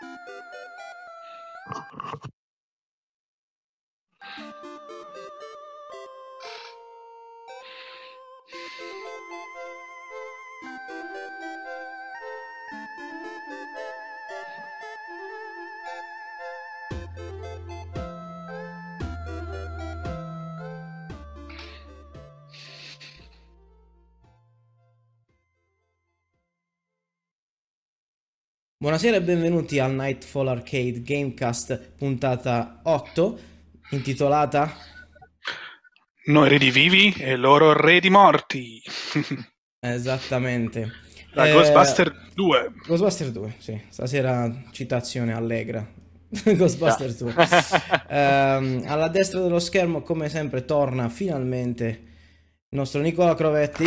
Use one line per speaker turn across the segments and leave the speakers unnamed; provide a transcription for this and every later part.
Buonasera e benvenuti al Nightfall Arcade Gamecast puntata 8, intitolata
Noi re di vivi e loro re di morti.
esattamente
Da Ghostbuster 2.
Ghostbuster 2, sì, stasera citazione allegra.
Ci sta.
Ghostbuster 2. Alla destra dello schermo, come sempre, torna finalmente il nostro Nicola Crovetti.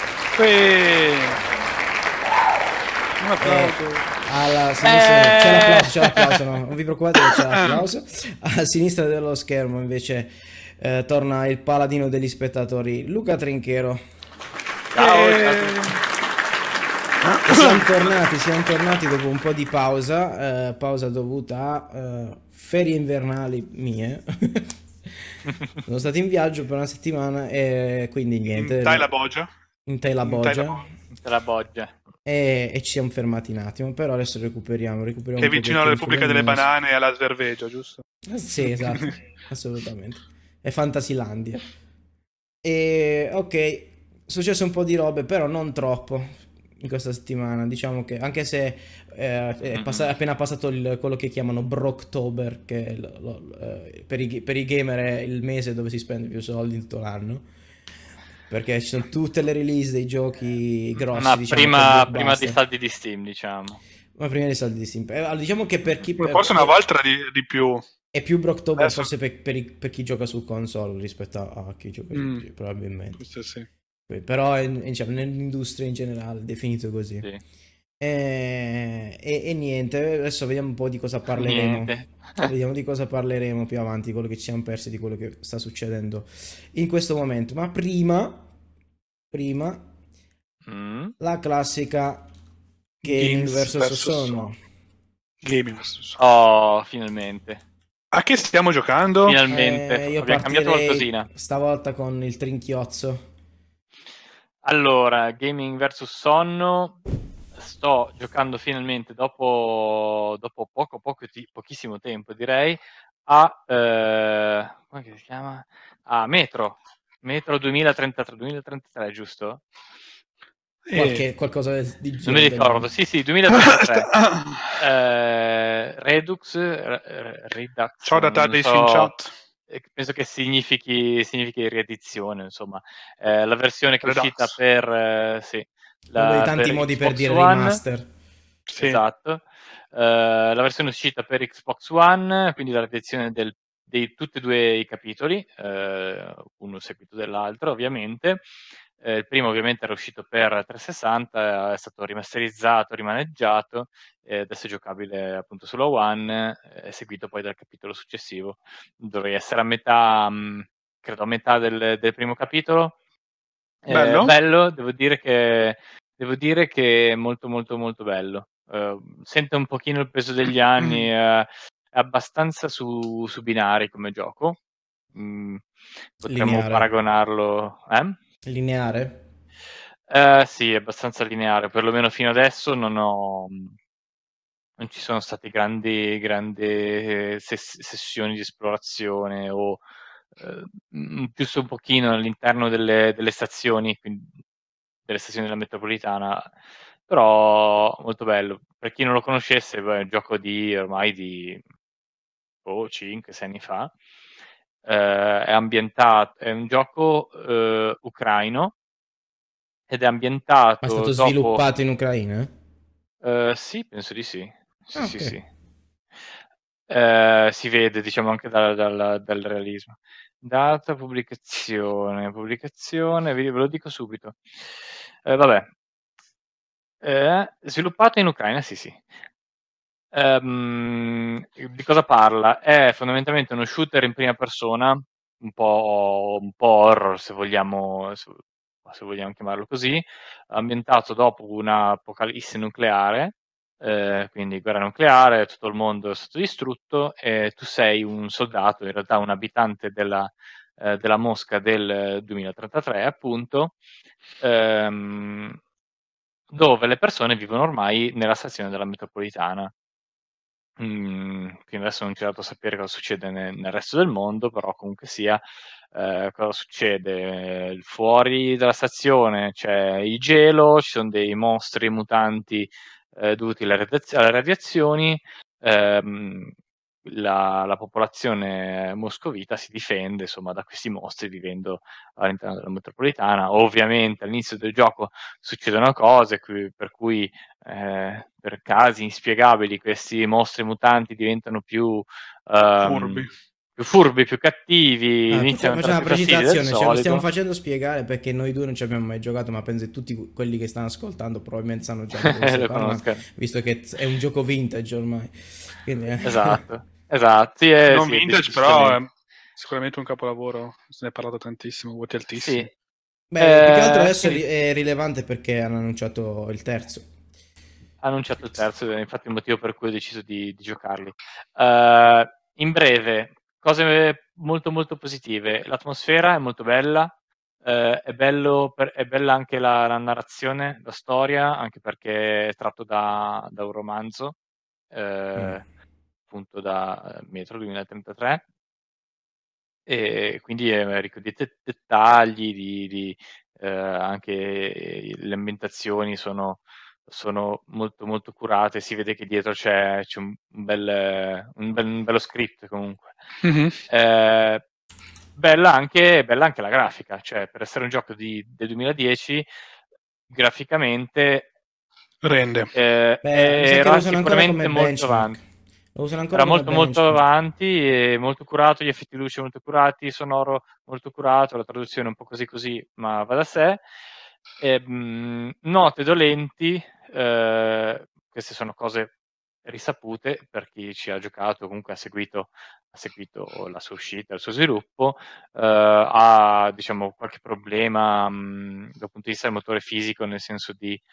Un applauso.
Alla sinistra c'è l'applauso, no, non vi preoccupate che c'è l'applauso. A sinistra dello schermo invece torna il paladino degli spettatori, Luca Trinchero.
Ciao,
E siamo tornati dopo un po' di pausa dovuta a ferie invernali mie. Sono stato in viaggio per una settimana e quindi niente.
In Thailand Boggia.
In Thailand Boggia.
Te la boggia.
E ci siamo fermati un attimo, però adesso recuperiamo
Che
un
è vicino
pochetto
alla
di
Repubblica delle
Fluminense.
Banane e alla Svervegia, giusto?
Sì, esatto, assolutamente. È Fantasilandia. E ok, è successo un po' di robe, però non troppo in questa settimana. Diciamo che anche se è appena passato quello che chiamano Brocktober, che è per i gamer è il mese dove si spende più soldi in tutto l'anno. Perché ci sono tutte le release dei giochi grossi,
Ma
diciamo che
prima dei
blockbuster.
saldi di Steam, diciamo.
Ma prima dei soldi di Steam. Allora, diciamo che per chi
Forse una volta di più.
è più Brocktober
Adesso...
forse per chi gioca su console rispetto a chi gioca su PC, probabilmente.
Questo sì.
Però diciamo, nell'industria in generale è definito così.
Sì.
E niente, adesso vediamo un po' di cosa parleremo.
Niente.
Vediamo di cosa parleremo più avanti, quello che ci siamo persi, di quello che sta succedendo in questo momento. Ma prima la classica gaming
Games
versus
versus
sonno.
Gaming versus sonno.
Oh, finalmente.
A che stiamo giocando?
Finalmente.
Io
Abbiamo cambiato
partirei
qualcosina.
stavolta con il trinchiozzo.
Allora, Gaming vs Sonno. Sto giocando finalmente dopo pochissimo tempo, direi, a come che si chiama? A Metro 2033, giusto?
Qualcosa di
Non mi
genere del
ricordo.
genere.
Sì, 2033. Redux,
Ciao da
non
Tadis in
so,
chat.
penso che significhi riedizione, insomma. La versione che è uscita
Redux.
per, sì,
Uno dei tanti
per
modi per
Xbox
dire
One,
remaster.
Sì.
esatto. La versione uscita per Xbox One, quindi la riedizione di tutti e due i capitoli, uno seguito dall'altro, ovviamente. Il primo ovviamente era uscito per 360, è stato rimasterizzato, rimaneggiato, e adesso è giocabile appunto sulla One, seguito poi dal capitolo successivo. Dovrei essere a metà, credo a metà del primo capitolo.
Bello?
Bello, devo dire che è molto molto molto bello. Sente un pochino il peso degli anni, è abbastanza su binari come gioco. Mm, Potremmo
Lineare.
paragonarlo, eh?
Lineare?
Sì, è abbastanza lineare, perlomeno fino adesso non ci sono stati grandi sessioni di esplorazione o giusto un pochino all'interno delle stazioni, quindi delle stazioni della metropolitana, però molto bello. Per chi non lo conoscesse, beh, è un gioco ormai di 5-6 anni fa. È un gioco ucraino ed è
Ma è
ambientato
stato
dopo.
sviluppato in Ucraina?
Sì, penso di sì. Sì,
Ah,
sì,
ok.
sì. Si vede, diciamo, anche dal realismo. Data, pubblicazione, ve lo dico subito. Vabbè. Sviluppato in Ucraina, sì, sì. Di cosa parla? È fondamentalmente uno shooter in prima persona, un po' horror, se vogliamo chiamarlo così, ambientato dopo un'apocalisse nucleare, quindi guerra nucleare, tutto il mondo è stato distrutto e tu sei un soldato, in realtà un abitante della Mosca del 2033, appunto, dove le persone vivono ormai nella stazione della metropolitana. Quindi adesso non ci è dato sapere cosa succede nel resto del mondo, però comunque sia, cosa succede? Fuori dalla stazione c'è il gelo, ci sono dei mostri mutanti dovuti alle radiazioni, ehm, la popolazione moscovita si difende insomma da questi mostri vivendo all'interno della metropolitana. Ovviamente all'inizio del gioco succedono cose per cui per casi inspiegabili questi mostri mutanti diventano
Furbi.
più furbi, più cattivi, iniziano a
Facciamo
dare
una
più fastidio del
precisazione, ce lo stiamo
solito.
facendo spiegare perché noi due non ci abbiamo mai giocato, ma penso che tutti quelli che stanno ascoltando probabilmente sanno già di cosa stai
Lo
parlando,
conoscono.
visto che è un gioco vintage ormai. Quindi,
Esatto, esatto, sì,
Non
sì,
vintage, però è
decisamente.
sicuramente un capolavoro. Se ne è parlato tantissimo, voti
Sì.
altissimi.
beh, più che altro adesso
Quindi
è rilevante perché hanno annunciato il terzo.
ha annunciato il terzo ed è infatti il motivo per cui ho deciso di giocarli. In breve, cose molto molto positive. L'atmosfera è molto bella, è bella anche la narrazione, la storia, anche perché è tratto da un romanzo,
Mm.
appunto da Metro 2033. E quindi è ricco di dettagli, anche le ambientazioni sono molto molto curate, si vede che dietro c'è un bello script comunque.
Mhm.
Bella anche la grafica, cioè per essere un gioco del 2010, graficamente
Rende.
Beh, mi sa che lo
era
usano ancora come
sicuramente molto
benchmark.
avanti.
Lo usano ancora
Era
come
molto molto
benchmark.
avanti e molto curato, gli effetti luce molto curati, il sonoro molto curato, la traduzione un po' così così, ma va da sé. Note dolenti, queste sono cose risapute per chi ci ha giocato, comunque ha seguito la sua uscita, il suo sviluppo, ha diciamo qualche problema dal punto di vista del motore fisico, nel senso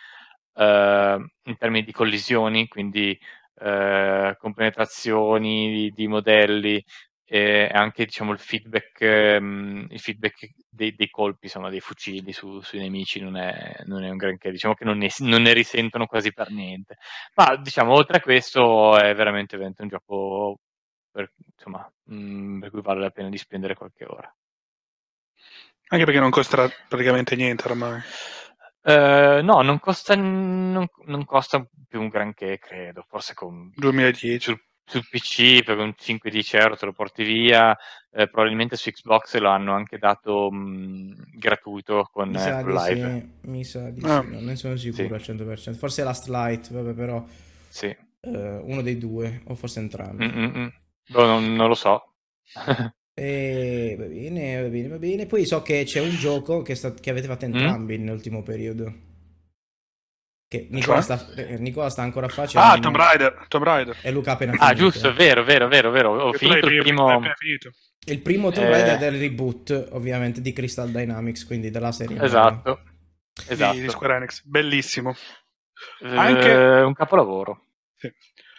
in termini di collisioni, quindi compenetrazioni di modelli e anche diciamo il feedback dei colpi, insomma, dei fucili sui nemici non è un granché, diciamo che non ne risentono quasi per niente. Ma diciamo, oltre a questo è veramente un gioco insomma, per cui vale la pena di spendere qualche ora.
Anche perché non costerà praticamente niente ormai.
No, non costa più un granché, credo. Forse
2010.
sul PC per un 5-10 euro te lo porti via. Probabilmente su Xbox lo hanno anche dato gratuito
Mi sa
con
di
Live.
sì, mi sa di
Ah,
sì, non ne sono
Sì,
sicuro al 100%. Forse Last Light, vabbè, però
sì.
uno dei due, o forse
Mm,
entrambi.
mm, mm. Boh, non lo so.
E va bene, va bene, va bene. Poi so che c'è un gioco che avete fatto
Mm?
entrambi nell'ultimo periodo. Che Nicola
cioè?
Nicola sta ancora
Ah, Tomb
facendo
Raider. Tomb Raider.
e Luca ha appena
Ah, giusto, è
finito.
vero, vero, vero, vero. Ho
Che tu l'hai
finito il
appena
primo.
finito.
Il primo Tomb Raider
eh,
del reboot, ovviamente, di Crystal Dynamics, quindi della serie nuova.
esatto,
Di
esatto.
Square Enix. Bellissimo. Anche
Un capolavoro.
sì,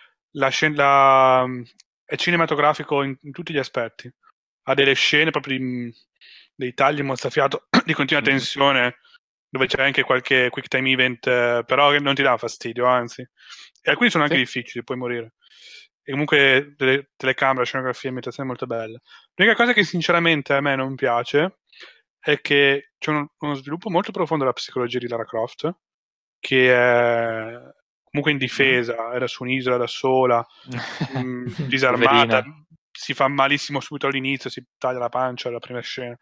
è cinematografico in tutti gli aspetti. Ha delle scene proprio dei tagli mozzafiato di continua
Mm.
tensione, dove c'è anche qualche quick time event, però che non ti dà fastidio, anzi. E alcuni sono anche
Sì.
difficili, puoi morire. E comunque delle telecamere, scenografia, ambientazione molto belle. L'unica cosa che sinceramente a me non piace è che c'è uno sviluppo molto profondo della psicologia di Lara Croft, che è comunque in
Mm.
difesa, era su un'isola da sola, disarmata,
Poverina.
si fa malissimo subito all'inizio, si taglia la pancia alla prima scena.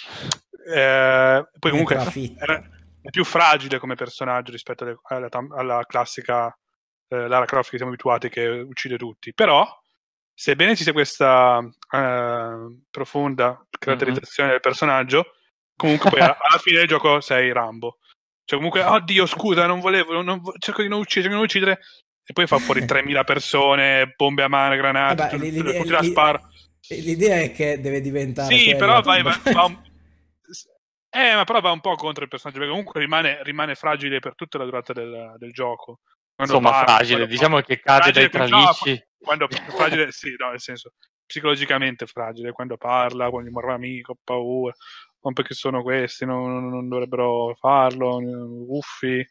Poi
Viene
comunque
trafitta.
è più fragile come personaggio rispetto alla classica Lara Croft che siamo abituati che uccide tutti. Però, sebbene ci sia questa profonda
Mm-mm.
caratterizzazione del personaggio, comunque poi alla fine del gioco sei Rambo. Cioè comunque, oddio scusa, non volevo, cerco di non uccidere, e poi fa fuori 3000 persone, bombe a mano, granate,
Vabbè,
tutti la spara.
l'idea è che deve diventare
Sì, però
quella.
ma però va un po' contro il personaggio, perché comunque rimane fragile per tutta la durata del gioco.
Insomma, fragile, diciamo che cade dai tralicci.
Quando fragile, sì, no, nel senso, psicologicamente fragile, quando parla, quando gli muore l'amico, paura, non perché sono questi, non dovrebbero farlo, uffi.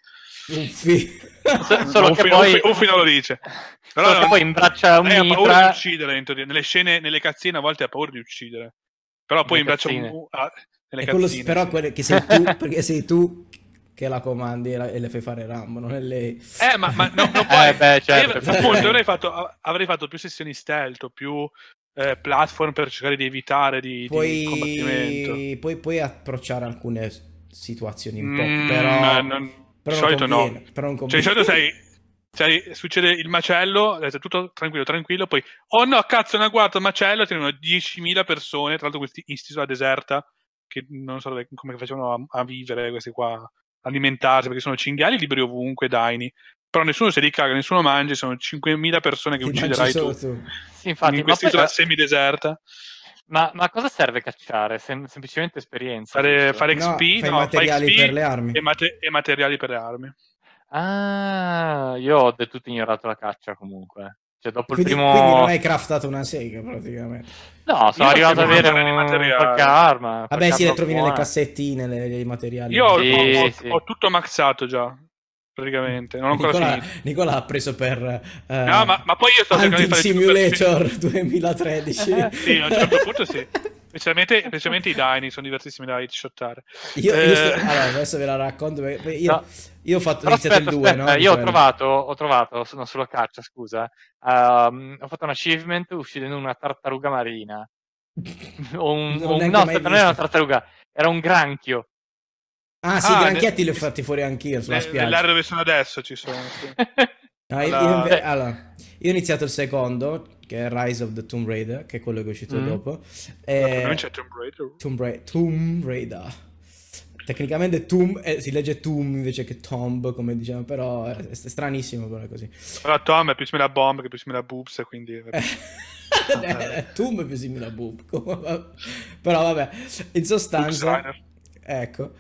Solo che poi
Uffi non lo dice. Però
solo che poi imbraccia un
ha paura
mitra.
di uccidere, nelle scene, nelle cazzine a volte ha paura di uccidere. Però poi imbraccia nelle cazzine.
Però che sei tu, perché sei tu che la comandi e le fai fare Rambo, non è lei.
Ma non puoi.
Certo.
Appunto, avrei fatto più sessioni stealth, più platform per cercare di evitare di combattimento.
Puoi approcciare alcune situazioni un po', però
di solito no.
Però non
cioè, di solito succede il macello, è tutto tranquillo, poi no, cazzo, una guarda, macello, tengono 10.000 persone, tra l'altro questi in isola deserta, che non so come facevano a vivere questi qua, alimentarsi, perché sono cinghiali liberi ovunque, daini, però nessuno si ricaga, nessuno mangia, sono 5.000 persone che ucciderai tu.
Sì, infatti,
in quest'isola semideserta.
Ma a cosa serve cacciare? Semplicemente esperienza?
Fare XP,
fai materiali per le armi.
E materiali per le armi.
Ah, io ho del tutto ignorato la caccia comunque. Cioè, dopo
quindi non hai craftato una sega praticamente.
No, sono arrivato ad avere qualche arma.
Vabbè, sì, le trovi nelle cassettine, nei materiali.
Io ho tutto maxato già, praticamente. Non ho ancora finito.
Nicola ha preso per
no, ma poi io sto cercando di fare
Simulator 2013.
Sì, a un certo punto sì. Specialmente i daini sono divertissimi da headshottare.
Allora, adesso ve la racconto. Io ho iniziato il 2, no?
Io ho trovato sulla caccia, scusa. Ho fatto un achievement uccidendo una tartaruga marina. Non era una tartaruga, era un granchio.
Ah, sì, i granchietti li ho fatti fuori anch'io sulla spiaggia.
Nell'area dove sono adesso ci sono. Sì.
Allora, io ho iniziato il secondo, che è Rise of the Tomb Raider, che è quello che è uscito dopo.
Non c'è
Tomb Raider. Tecnicamente si legge Tomb invece che Tomb, come diciamo, però è stranissimo, però è così.
Però Tom è più simile a Bomb che più simile a Boobs, quindi...
Tomb è più simile a Boob. Però vabbè, in sostanza... Ecco.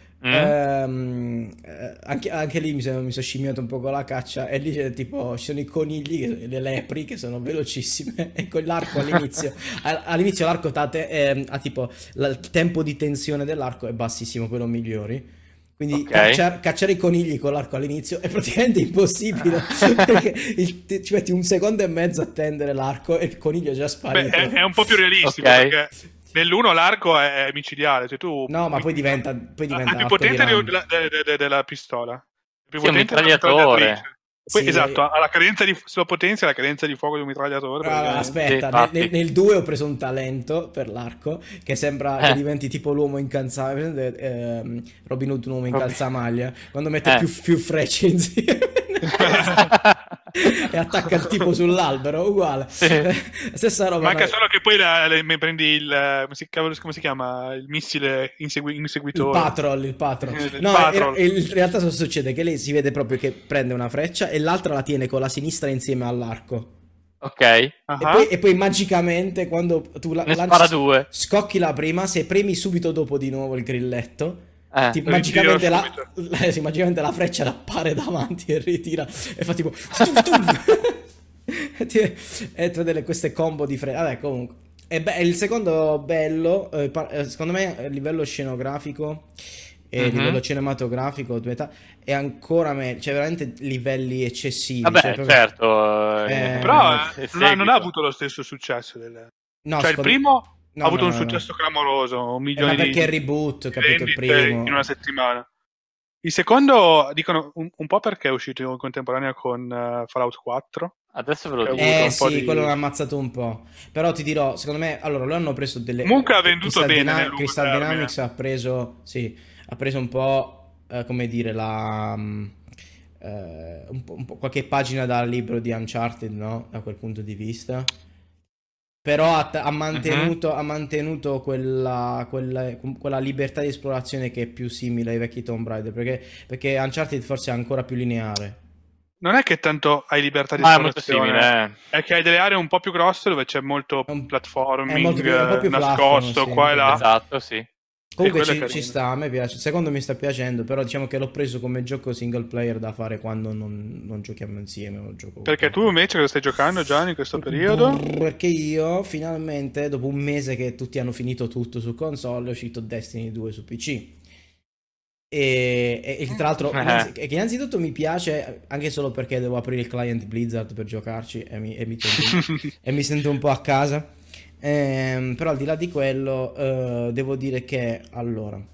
Anche lì mi sono scimmiato un po' con la caccia, e lì c'è tipo, ci sono i conigli, le lepri che sono velocissime, e con l'arco all'inizio l'arco ha tipo il tempo di tensione dell'arco è bassissimo, quello migliori, quindi cacciare i conigli con l'arco all'inizio è praticamente impossibile perché ci metti 1 secondo e mezzo a tendere l'arco e il coniglio è già sparito.
È un po' più realistico perché nell'1 l'arco è micidiale, cioè tu...
No, ma poi diventa
è più potente della pistola. È più potente
un mitragliatore.
Poi, esatto, ha la cadenza sulla potenza e la cadenza di fuoco di un mitragliatore.
Aspetta, nel 2 ho preso un talento per l'arco che sembra che diventi tipo l'uomo in calzamaglia, Robin Hood, un uomo in calzamaglia, quando mette più frecce insieme e attacca il tipo sull'albero, uguale. Stessa roba.
Manca solo che poi prendi il come si chiama, il missile inseguitore,
il patrol. In realtà cosa succede? Che lei si vede proprio che prende una freccia e l'altra la tiene con la sinistra insieme all'arco. E poi magicamente quando tu
ne spara 2,
scocchi la prima, se premi subito dopo di nuovo il grilletto, magicamente la freccia appare davanti e ritira e fa tipo e tra queste combo di frecce. Vabbè, comunque il secondo bello, secondo me a livello scenografico e livello cinematografico è ancora meglio, cioè veramente livelli eccessivi.
Vabbè, certo,
però non ha avuto lo stesso successo il primo ha avuto un successo clamoroso, 1 milione
perché è reboot, capito, il primo
in una settimana. Il secondo dicono un po' perché è uscito in contemporanea con Fallout 4.
Adesso ve lo dico.
Quello l'ha ammazzato un po'. Però ti dirò, secondo me, allora lo hanno preso delle...
Comunque ha venduto bene
Crystal Dynamics ha preso un po', come dire, un po' qualche pagina dal libro di Uncharted, no? Da quel punto di vista. Però ha mantenuto quella libertà di esplorazione che è più simile ai vecchi Tomb Raider, perché Uncharted forse è ancora più lineare.
Non è che tanto hai libertà di esplorazione,
è molto simile.
È che hai delle aree un po' più grosse dove c'è molto platforming,
un po' più
nascosto,
platform,
qua e là.
Esatto, sì.
Comunque
quello è
ci
carino.
sta, a me piace, secondo me mi sta piacendo, però diciamo che l'ho preso come gioco single player da fare quando non giochiamo insieme, lo gioco
Perché tu
con te.
invece cosa stai giocando, Gianni, in questo periodo?
Perché io finalmente, dopo un mese che tutti hanno finito tutto su console, è uscito Destiny 2 su PC. E che tra l'altro, che innanzitutto mi piace anche solo perché devo aprire il client Blizzard per giocarci e mi sento un po' a casa. Però al di là di quello, devo dire che allora.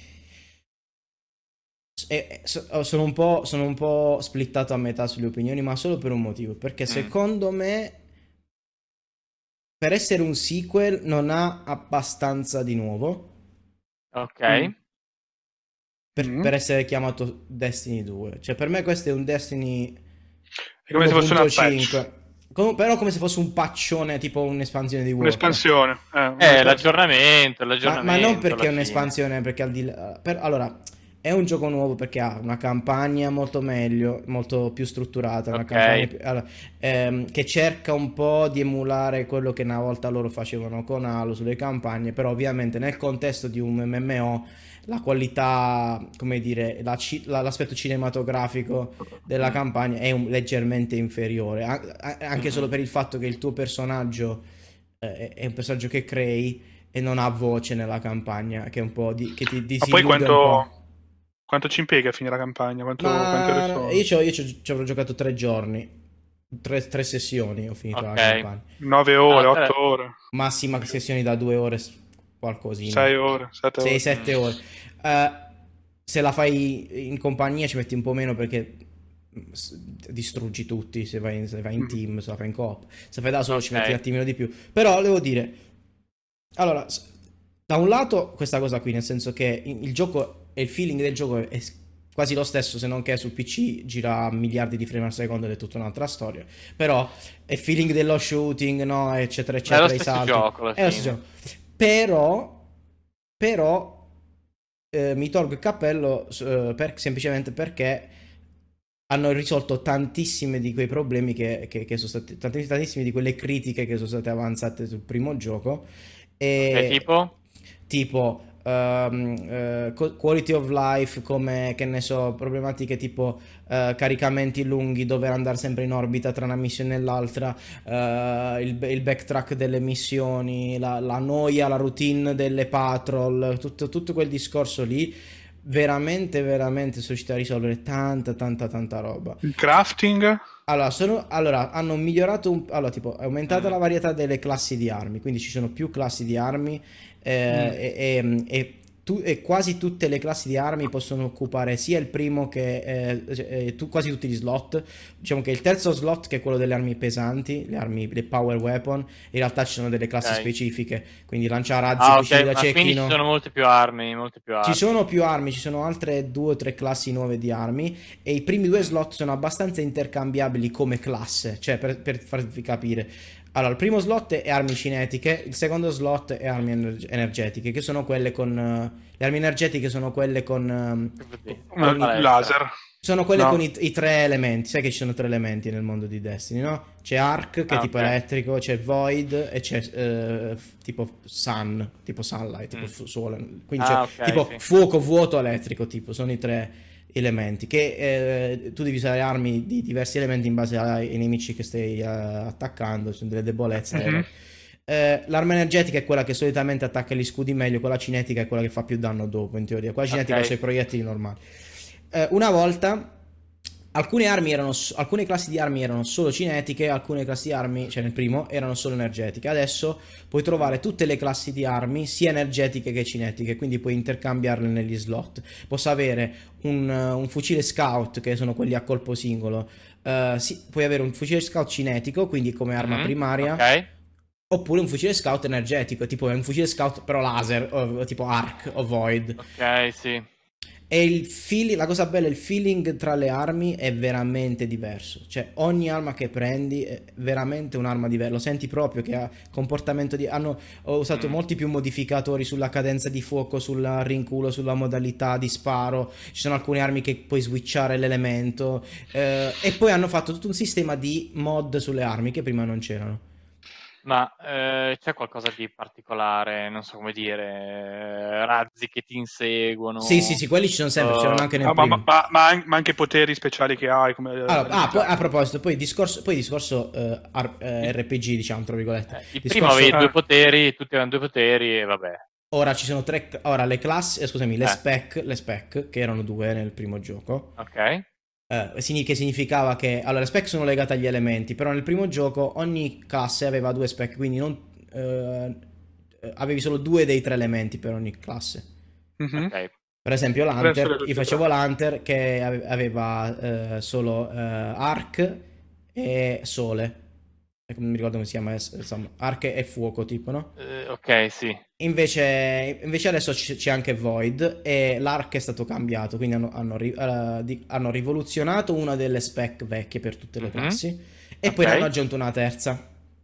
Sono un po' splittato a metà sulle opinioni, ma solo per un motivo. Perché
Mm,
secondo me, per essere un sequel, non ha abbastanza di nuovo
ok.
Mm.
per essere chiamato Destiny 2. Cioè, per me questo è un Destiny
È come se fosse una patch,
1.5. Però come se fosse un patchone, tipo un'espansione di Warcraft.
un'espansione. Una cosa.
Ma non
L'aggiornamento alla
perché è
fine.
un'espansione, perché al di là... allora, è un gioco nuovo perché ha una campagna molto meglio, molto più strutturata, una
Ok.
campagna allora, che cerca un po' di emulare quello che una volta loro facevano con Halo sulle campagne, però ovviamente nel contesto di un MMO la qualità, come dire, l'aspetto cinematografico della
Mm,
campagna è leggermente inferiore, anche solo
mhm.
per il fatto che il tuo personaggio è un personaggio che crei e non ha voce nella campagna, che è un po' che ti
Ma poi
disillude un po'.
quanto ci impiega a finire la campagna? Quante ore
Ma
sono?
io ci avrò giocato 3 giorni, tre sessioni ho finito la
Ok.
campagna.
9
Ah,
ore,
però...
8 ore,
Massima sessioni da 2 ore, qualcosina.
6 ore, 7 ore.
6-7 ore. Eh, Se la fai in compagnia ci metti un po' meno perché distruggi tutti se vai in
Mhm.
team, se la fai in coop. Se fai da solo ci metti un
Ok.
attimino di più. Però devo dire, allora, da un lato questa cosa qui, nel senso che il gioco e il feeling del gioco è quasi lo stesso, se non che su PC gira a miliardi di frame al secondo ed è tutta un'altra storia. Però è il feeling dello shooting, no, eccetera,
È lo
eccetera, i
stesso
salti.
gioco alla
È lo stesso
fine.
gioco. Però mi tolgo il cappello semplicemente perché hanno risolto tantissimi di quei problemi che sono stati, tantissime di quelle critiche che sono state avanzate sul primo gioco.
Ok,
E
tipo?
tipo quality of life, come che ne so, problematiche tipo caricamenti lunghi, dover andare sempre in orbita tra una missione e l'altra, il backtrack delle missioni, la noia, la routine delle patrol, tutto quel discorso lì. Veramente, veramente sono riusciti a risolvere tanta, tanta, tanta roba.
Il crafting?
Allora, hanno migliorato allora, tipo, è aumentata
Mm,
la varietà delle classi di armi, quindi ci sono più classi di armi
mm,
e quasi tutte le classi di armi possono occupare sia il primo che quasi tutti gli slot. Diciamo che il terzo slot, che è quello delle armi pesanti, le power weapon, in realtà ci sono delle classi
ok.
specifiche, quindi lanciarazzi,
Ah,
fucili
ok,
da
ma quindi ci
cecchino.
sono molte più armi, molte più
Ci
armi.
sono più armi, ci sono altre 2 o 3 classi nuove di armi e i primi due
Mm,
slot sono abbastanza intercambiabili come classe, cioè per farvi capire. Allora, il primo slot è armi cinetiche, il secondo slot è armi energetiche, che sono quelle con... le armi energetiche sono quelle
che vuol dire?
Un
Con la
con i,
palestra.
laser?
sono quelle con
No.
i 3 elementi. Sai che ci sono 3 elementi nel mondo di Destiny, no? C'è Arc, che è
Ah,
tipo
ok.
elettrico, c'è Void e c'è tipo Sun, tipo Sunlight, tipo
Mm.
Sole. Quindi c'è
Ah, ok,
tipo
sì.
fuoco, vuoto, elettrico, tipo, sono i 3 elementi. Che tu devi usare armi di diversi elementi in base ai nemici che stai attaccando, ci sono delle debolezze.
Mhm.
L'arma energetica è quella che solitamente attacca gli scudi meglio, quella cinetica è quella che fa più danno dopo, in teoria. Quella cinetica
Ok.
sui proiettili normali. Una volta alcune classi di armi erano solo cinetiche, alcune classi di armi, cioè nel primo, erano solo energetiche. Adesso puoi
Mm,
trovare tutte le classi di armi, sia energetiche che cinetiche, quindi puoi intercambiarle negli slot. Posso avere un fucile scout, che sono quelli a colpo singolo. Sì, puoi avere un fucile scout cinetico, quindi come arma
mhm,
primaria.
ok.
Oppure un fucile scout energetico, tipo un fucile scout però laser, tipo arc o void.
Ok, sì.
E la cosa bella, il feeling tra le armi è veramente diverso. Cioè, ogni arma che prendi è veramente un'arma diversa. Lo senti proprio che ha comportamento di. Ho usato
Mm,
molti più modificatori sulla cadenza di fuoco, sul rinculo, sulla modalità di sparo. Ci sono alcune armi che puoi switchare l'elemento. E poi hanno fatto tutto un sistema di mod sulle armi che prima non c'erano.
Ma c'è qualcosa di particolare, non so come dire, razzi che ti inseguono?
Sì, quelli ci sono sempre, c'erano anche nel
ma,
primo.
ma anche poteri speciali che hai, come
Allora, poi, a
abilità.
proposito, poi discorso RPG, diciamo, tra virgolette.
Il primo
Discorso,
avevi due poteri, tutti avevano due poteri e vabbè.
ora ci sono ora le classi, scusami,
Eh,
le spec, che erano due nel primo gioco.
ok.
Che significava che allora le spec sono legate agli elementi, però nel primo gioco ogni classe aveva due spec, quindi non avevi solo due dei tre elementi per ogni classe.
Mhm.
Ok.
Per esempio
Potrebbero essere
l'Hunter, io
tutti e
facevo
tre.
l'Hunter che aveva solo Arc e Sole. Non mi ricordo come si chiama, insomma, Arc e fuoco tipo, no?
Ok, sì.
Invece adesso c'è anche Void e l'Arc è stato cambiato, quindi hanno rivoluzionato una delle spec vecchie per tutte le
Mhm.
classi e poi ne hanno
Ok.
aggiunto una terza.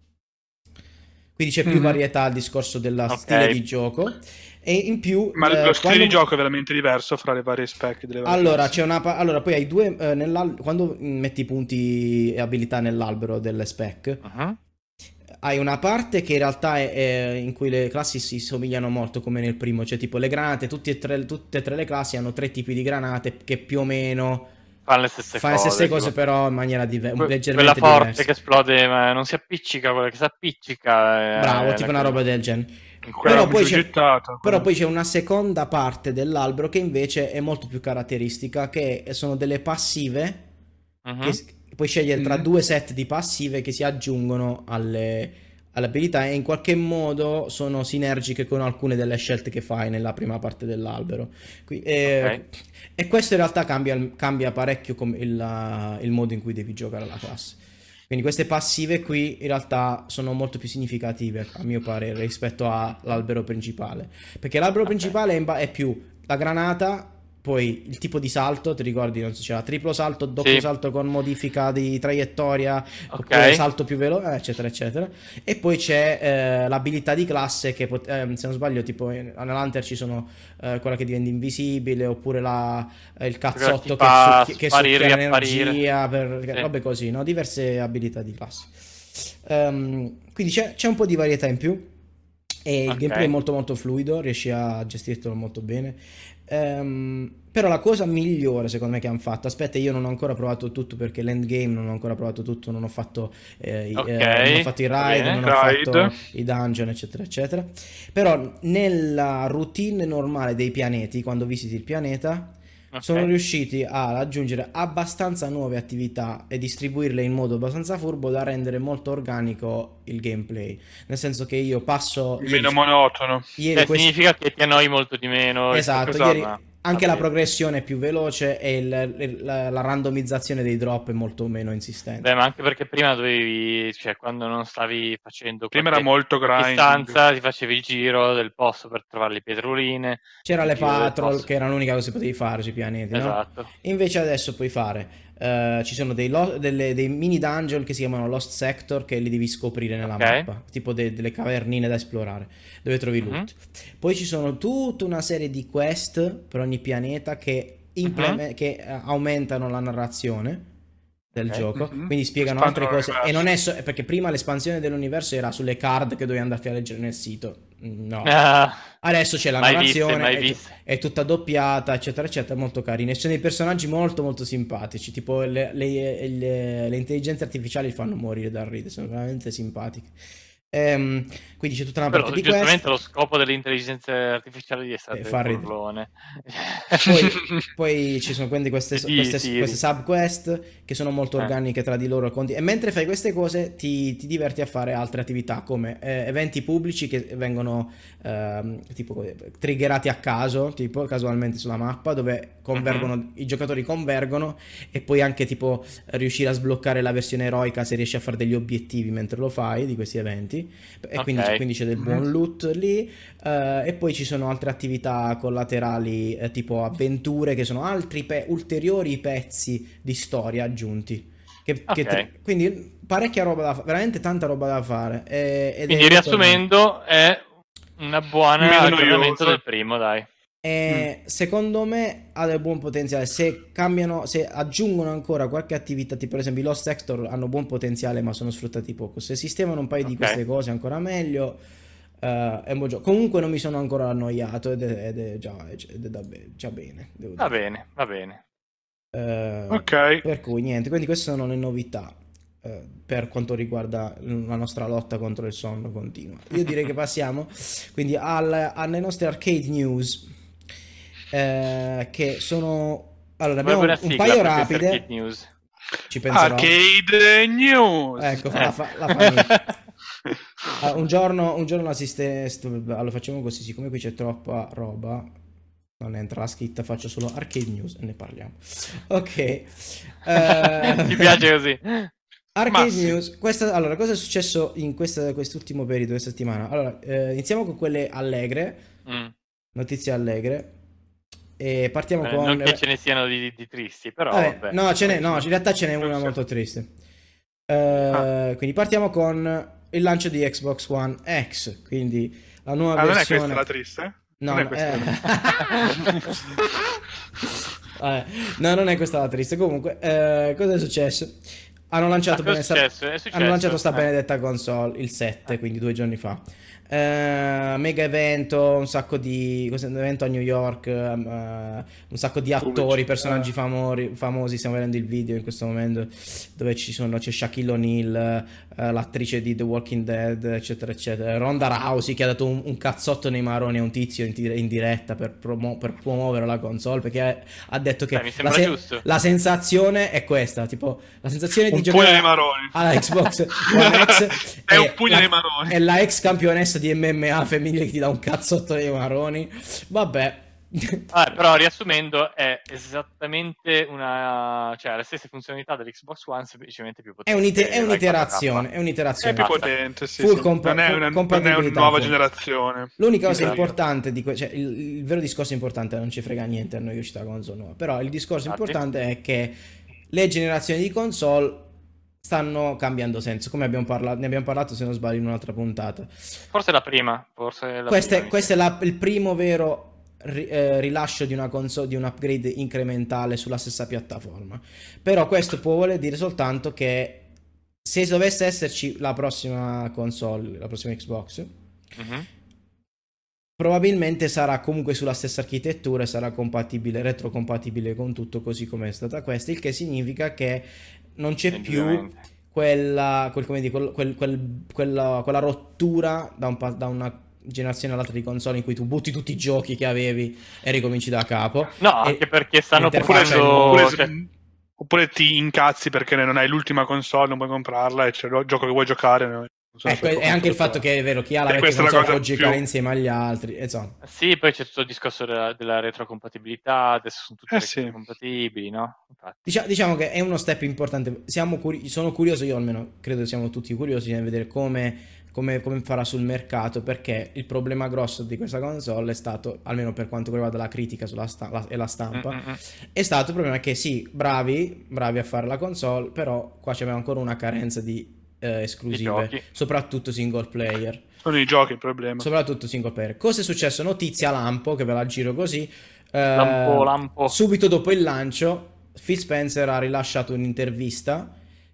Quindi c'è più
Mhm.
varietà al discorso dello stile
Ok.
di gioco e in più
Ma lo stile di
quando...
gioco è veramente diverso fra le varie spec delle varie
Allora,
classi.
allora, poi hai due quando metti punti e abilità nell'albero delle spec,
Mhm.
hai una parte che in realtà è in cui le classi si somigliano molto come nel primo, cioè tipo le granate, tutte e tre le classi hanno tre tipi di granate che più o meno
Fanno le stesse
fanno le stesse
cose,
cose
tipo.
però in maniera
Quella
leggermente
forte che
diversa.
esplode, ma non si appiccica, quella che si
Bravo,
appiccica è
tipo una roba del genere.
Quella
Però
quella.
poi
giù
c'è,
gettata.
però poi c'è una seconda parte dell'albero che invece è molto più caratteristica, che sono delle passive che
Mhm.
puoi scegliere tra
Mhm.
due set di passive che si aggiungono alle abilità e in qualche modo sono sinergiche con alcune delle scelte che fai nella prima parte dell'albero.
Ok.
E questo in realtà cambia parecchio il modo in cui devi giocare la classe. Quindi queste passive qui in realtà sono molto più significative, a mio parere, rispetto
Mhm.
all'albero principale. Perché l'albero
Ok.
principale è più la granata, poi il tipo di salto, ti ricordi, non so, c'era triplo salto, doppio
Sì.
salto con modifica di traiettoria,
Ok.
oppure salto più veloce, eccetera, eccetera. E poi c'è l'abilità di classe che, se non sbaglio, tipo nell'Hunter ci sono quella che diventa invisibile, oppure il
Quella che ti
cazzotto
fa
che succhia
sparire, riapparire.
l'energia,
Sì.
robe così, no? Diverse abilità di classe. Quindi c'è un po' di varietà in più e il gameplay è
Ok.
molto molto fluido, riesci a gestirtelo molto bene. Però la cosa migliore secondo me che hanno fatto, aspetta, io non ho ancora provato tutto perché l'endgame non ho ancora provato tutto,
Ok.
non ho fatto i
Va
raid, non
bene.
ho
Raid.
fatto i dungeon, eccetera, eccetera. Però nella routine normale dei pianeti, quando visiti il pianeta, sono
Ok.
riusciti ad aggiungere abbastanza nuove attività e distribuirle in modo abbastanza furbo da rendere molto organico il gameplay. Nel senso che io passo
Meno monotono.
ieri
Cioè,
questo.
significa che ti annoi molto di meno rispetto a
Esatto,
prima.
ieri
Va
anche la
bene.
progressione è più veloce e la randomizzazione dei drop è molto meno
Beh,
insistente.
ma anche perché prima dovevi, cioè, quando non stavi facendo
Prima era molto
qualche
grinding.
stanza, ti facevi il giro del posto per trovare le pietroline,
C'era
il
le
giro del
patrol
posto.
che era l'unica cosa che potevi fare sui pianeti, no?
Esatto.
Invece adesso puoi fare. Ci sono dei mini dungeon che si chiamano Lost Sector che li devi scoprire nella
Ok.
mappa, tipo delle cavernine da esplorare, dove trovi
Mhm.
loot. Poi ci sono tutta una serie di quest per ogni pianeta
Mhm.
che aumentano la narrazione del
Ok.
gioco,
Mhm.
quindi spiegano altre
Espandono
cose e
l'universo.
non è perché prima l'espansione dell'universo era sulle card che dovevi andarti a leggere nel sito. No.
Ah,
Adesso c'è la
mai viste,
narrazione,
mai viste.
è tutta doppiata, eccetera, eccetera, molto carina. E ci sono dei personaggi molto, molto simpatici, tipo le intelligenze artificiali fanno morire dal ridere, sono veramente simpatiche. Quindi c'è tutta una parte
Però
di
giustamente
quest,
lo scopo dell'intelligenza artificiale è essere il
fa ridere.
burlone.
Poi ci sono quindi
Di
queste
Siri.
sub quest che sono molto
Eh.
organiche tra di loro. E mentre fai queste cose ti diverti a fare altre attività come eventi pubblici che vengono tipo triggerati a caso, tipo casualmente sulla mappa, dove
Mhm.
i giocatori convergono e puoi anche tipo riuscire a sbloccare la versione eroica se riesci a fare degli obiettivi mentre lo fai di questi eventi. E
Ok.
quindi c'è del
Mhm.
buon loot lì. E poi ci sono altre attività collaterali, tipo avventure, che sono ulteriori pezzi di storia aggiunti.
Ok.
Quindi parecchia roba veramente tanta roba da fare. Ed è
Quindi
molto organico.
riassumendo è un buon
Meno
aggiornamento
noioso.
del primo, dai.
E secondo me ha del buon potenziale. Se cambiano, se aggiungono ancora qualche attività, tipo per esempio i Lost Sector hanno buon potenziale ma sono sfruttati poco. Se sistemano un paio di
Ok.
queste cose ancora meglio, è un buon gioco. Comunque non mi sono ancora annoiato ed è già bene, devo
Va
dire.
bene, va bene.
Ok.
Per cui niente, quindi queste sono le novità per quanto riguarda la nostra lotta contro il sonno continuo. Io direi che passiamo quindi alle nostre arcade news, che sono... Allora, abbiamo
Vorrebbe una
un
sigla
paio
per queste
rapide,
Arcade News.
ci penserò.
Arcade News.
Ecco, la fa niente. Un giorno allora facciamo così, siccome qui c'è troppa roba, non entra la scritta, faccio solo arcade news e ne parliamo. Ok.
Mi piace così.
Arcade
sì.
news. Allora, cosa è successo in quest'ultimo periodo, questa settimana? Allora, iniziamo con quelle allegre,
Mm.
notizie allegre. E partiamo con...
Non che ce ne siano di tristi, però
Vabbè,
vabbè.
no, in realtà ce n'è una
Sì.
molto triste. Quindi partiamo con il lancio di Xbox One X, quindi la nuova
Non è
versione...
questa la triste?
No,
Non è
no,
questa
vabbè, no, non è questa la triste. Comunque, cosa è successo? Hanno lanciato,
cosa è successo? È successo.
hanno lanciato sta benedetta console il 7, quindi 2 giorni fa. Mega evento, un sacco di un evento a New York, un sacco di attori, personaggi famosi. Stiamo vedendo il video in questo momento dove c'è Shaquille O'Neal, l'attrice di The Walking Dead, eccetera eccetera. Ronda Rousey che ha dato un cazzotto nei maroni a un tizio in diretta per promuovere la console, perché ha detto che
Mi sembra giusto.
la sensazione è questa, tipo la sensazione di
Un pugno
giocare
nei maroni.
alla Xbox One X
È un pugno nei maroni.
è la ex campionessa di MMA femminile che ti dà un cazzotto nei maroni. Vabbè.
Però riassumendo è esattamente cioè le stesse funzionalità dell'Xbox One, semplicemente più
È
potente.
un'iterazione,
È più potente, sì.
Full
sì. Non è una
compatibilità
nuova
full.
generazione.
L'unica cosa
Esatto.
importante cioè il vero discorso importante, non ci frega niente a noi che uscita la console nuova, però il discorso importante è che le generazioni di console stanno cambiando senso, come ne abbiamo parlato se non sbaglio in un'altra puntata.
Forse la prima. Questo
è il primo vero rilascio di una console, di un upgrade incrementale sulla stessa piattaforma. Però questo può voler dire soltanto che se dovesse esserci la prossima console, la prossima Xbox, probabilmente sarà comunque sulla stessa architettura e sarà compatibile, retrocompatibile con tutto, così come è stata questa, il che significa che non c'è più quella rottura da una generazione all'altra di console in cui tu butti tutti i giochi che avevi e ricominci da capo.
No, anche perché stanno
oppure ti incazzi perché non hai l'ultima console, non puoi comprarla e c'è il gioco che vuoi giocare.
Ecco, è anche il fatto che è vero, chi ha la vecchia console può giocare insieme agli altri, insomma.
Sì, poi c'è tutto il discorso della retrocompatibilità, adesso sono tutte retrocompatibili, no? Infatti.
Diciamo che è uno step importante. Sono curioso, io almeno credo siamo tutti curiosi di vedere come farà sul mercato, perché il problema grosso di questa console è stato, almeno per quanto riguarda la critica e la stampa, è stato il problema che sì, bravi a fare la console, però qua c'è ancora una carenza di esclusive, soprattutto single player.
Sono i giochi il problema.
Soprattutto single player. Cosa è successo? Notizia lampo, che ve la giro così.
Lampo.
Subito dopo il lancio, Phil Spencer ha rilasciato un'intervista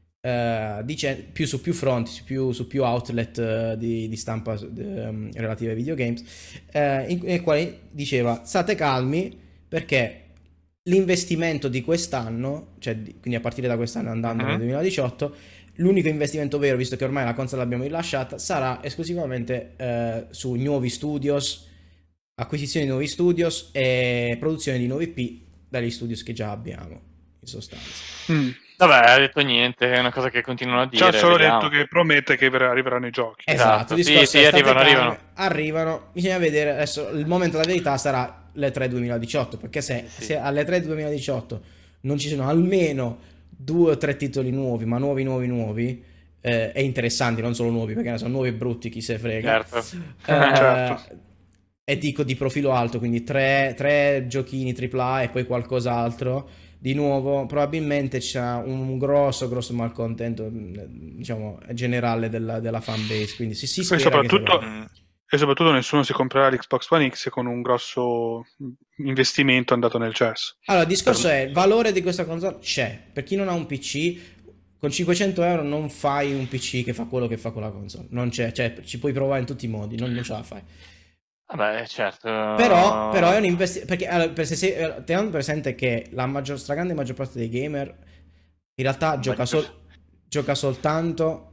su più fronti, su più outlet di stampa relative ai videogames, nei quali diceva: state calmi perché l'investimento di quest'anno, cioè quindi a partire da quest'anno andando nel 2018, l'unico investimento vero, visto che ormai la console l'abbiamo rilasciata, sarà esclusivamente su nuovi studios, acquisizione di nuovi studios e produzione di nuovi IP dagli studios che già abbiamo, in sostanza.
Vabbè, ha detto niente, è una cosa che continuano a dire.
Ci ha solo detto che promette che arriveranno i giochi.
Esatto,
sì,
arrivano. Bisogna vedere, adesso il momento della verità sarà l'E3 2018, perché se all'E3 2018 non ci sono almeno 2 o 3 titoli nuovi, ma nuovi e interessanti, non solo nuovi, perché ne sono nuovi e brutti, chi se frega.
Certo.
E dico di profilo alto, quindi 3 giochini AAA e poi qualcos'altro. Di nuovo, probabilmente c'è un grosso malcontento, diciamo, generale della fanbase, quindi si spera
soprattutto, E soprattutto nessuno si comprerà l'Xbox One X con un grosso investimento andato nel cesso.
Allora, il discorso è, il valore di questa console c'è. Per chi non ha un PC, con 500 euro non fai un PC che fa quello che fa con la console. Non c'è, cioè ci puoi provare in tutti i modi, non ce la fai.
Vabbè, certo.
Però è un investimento, perché allora, tenendo presente che la stragrande maggior parte dei gamer in realtà gioca soltanto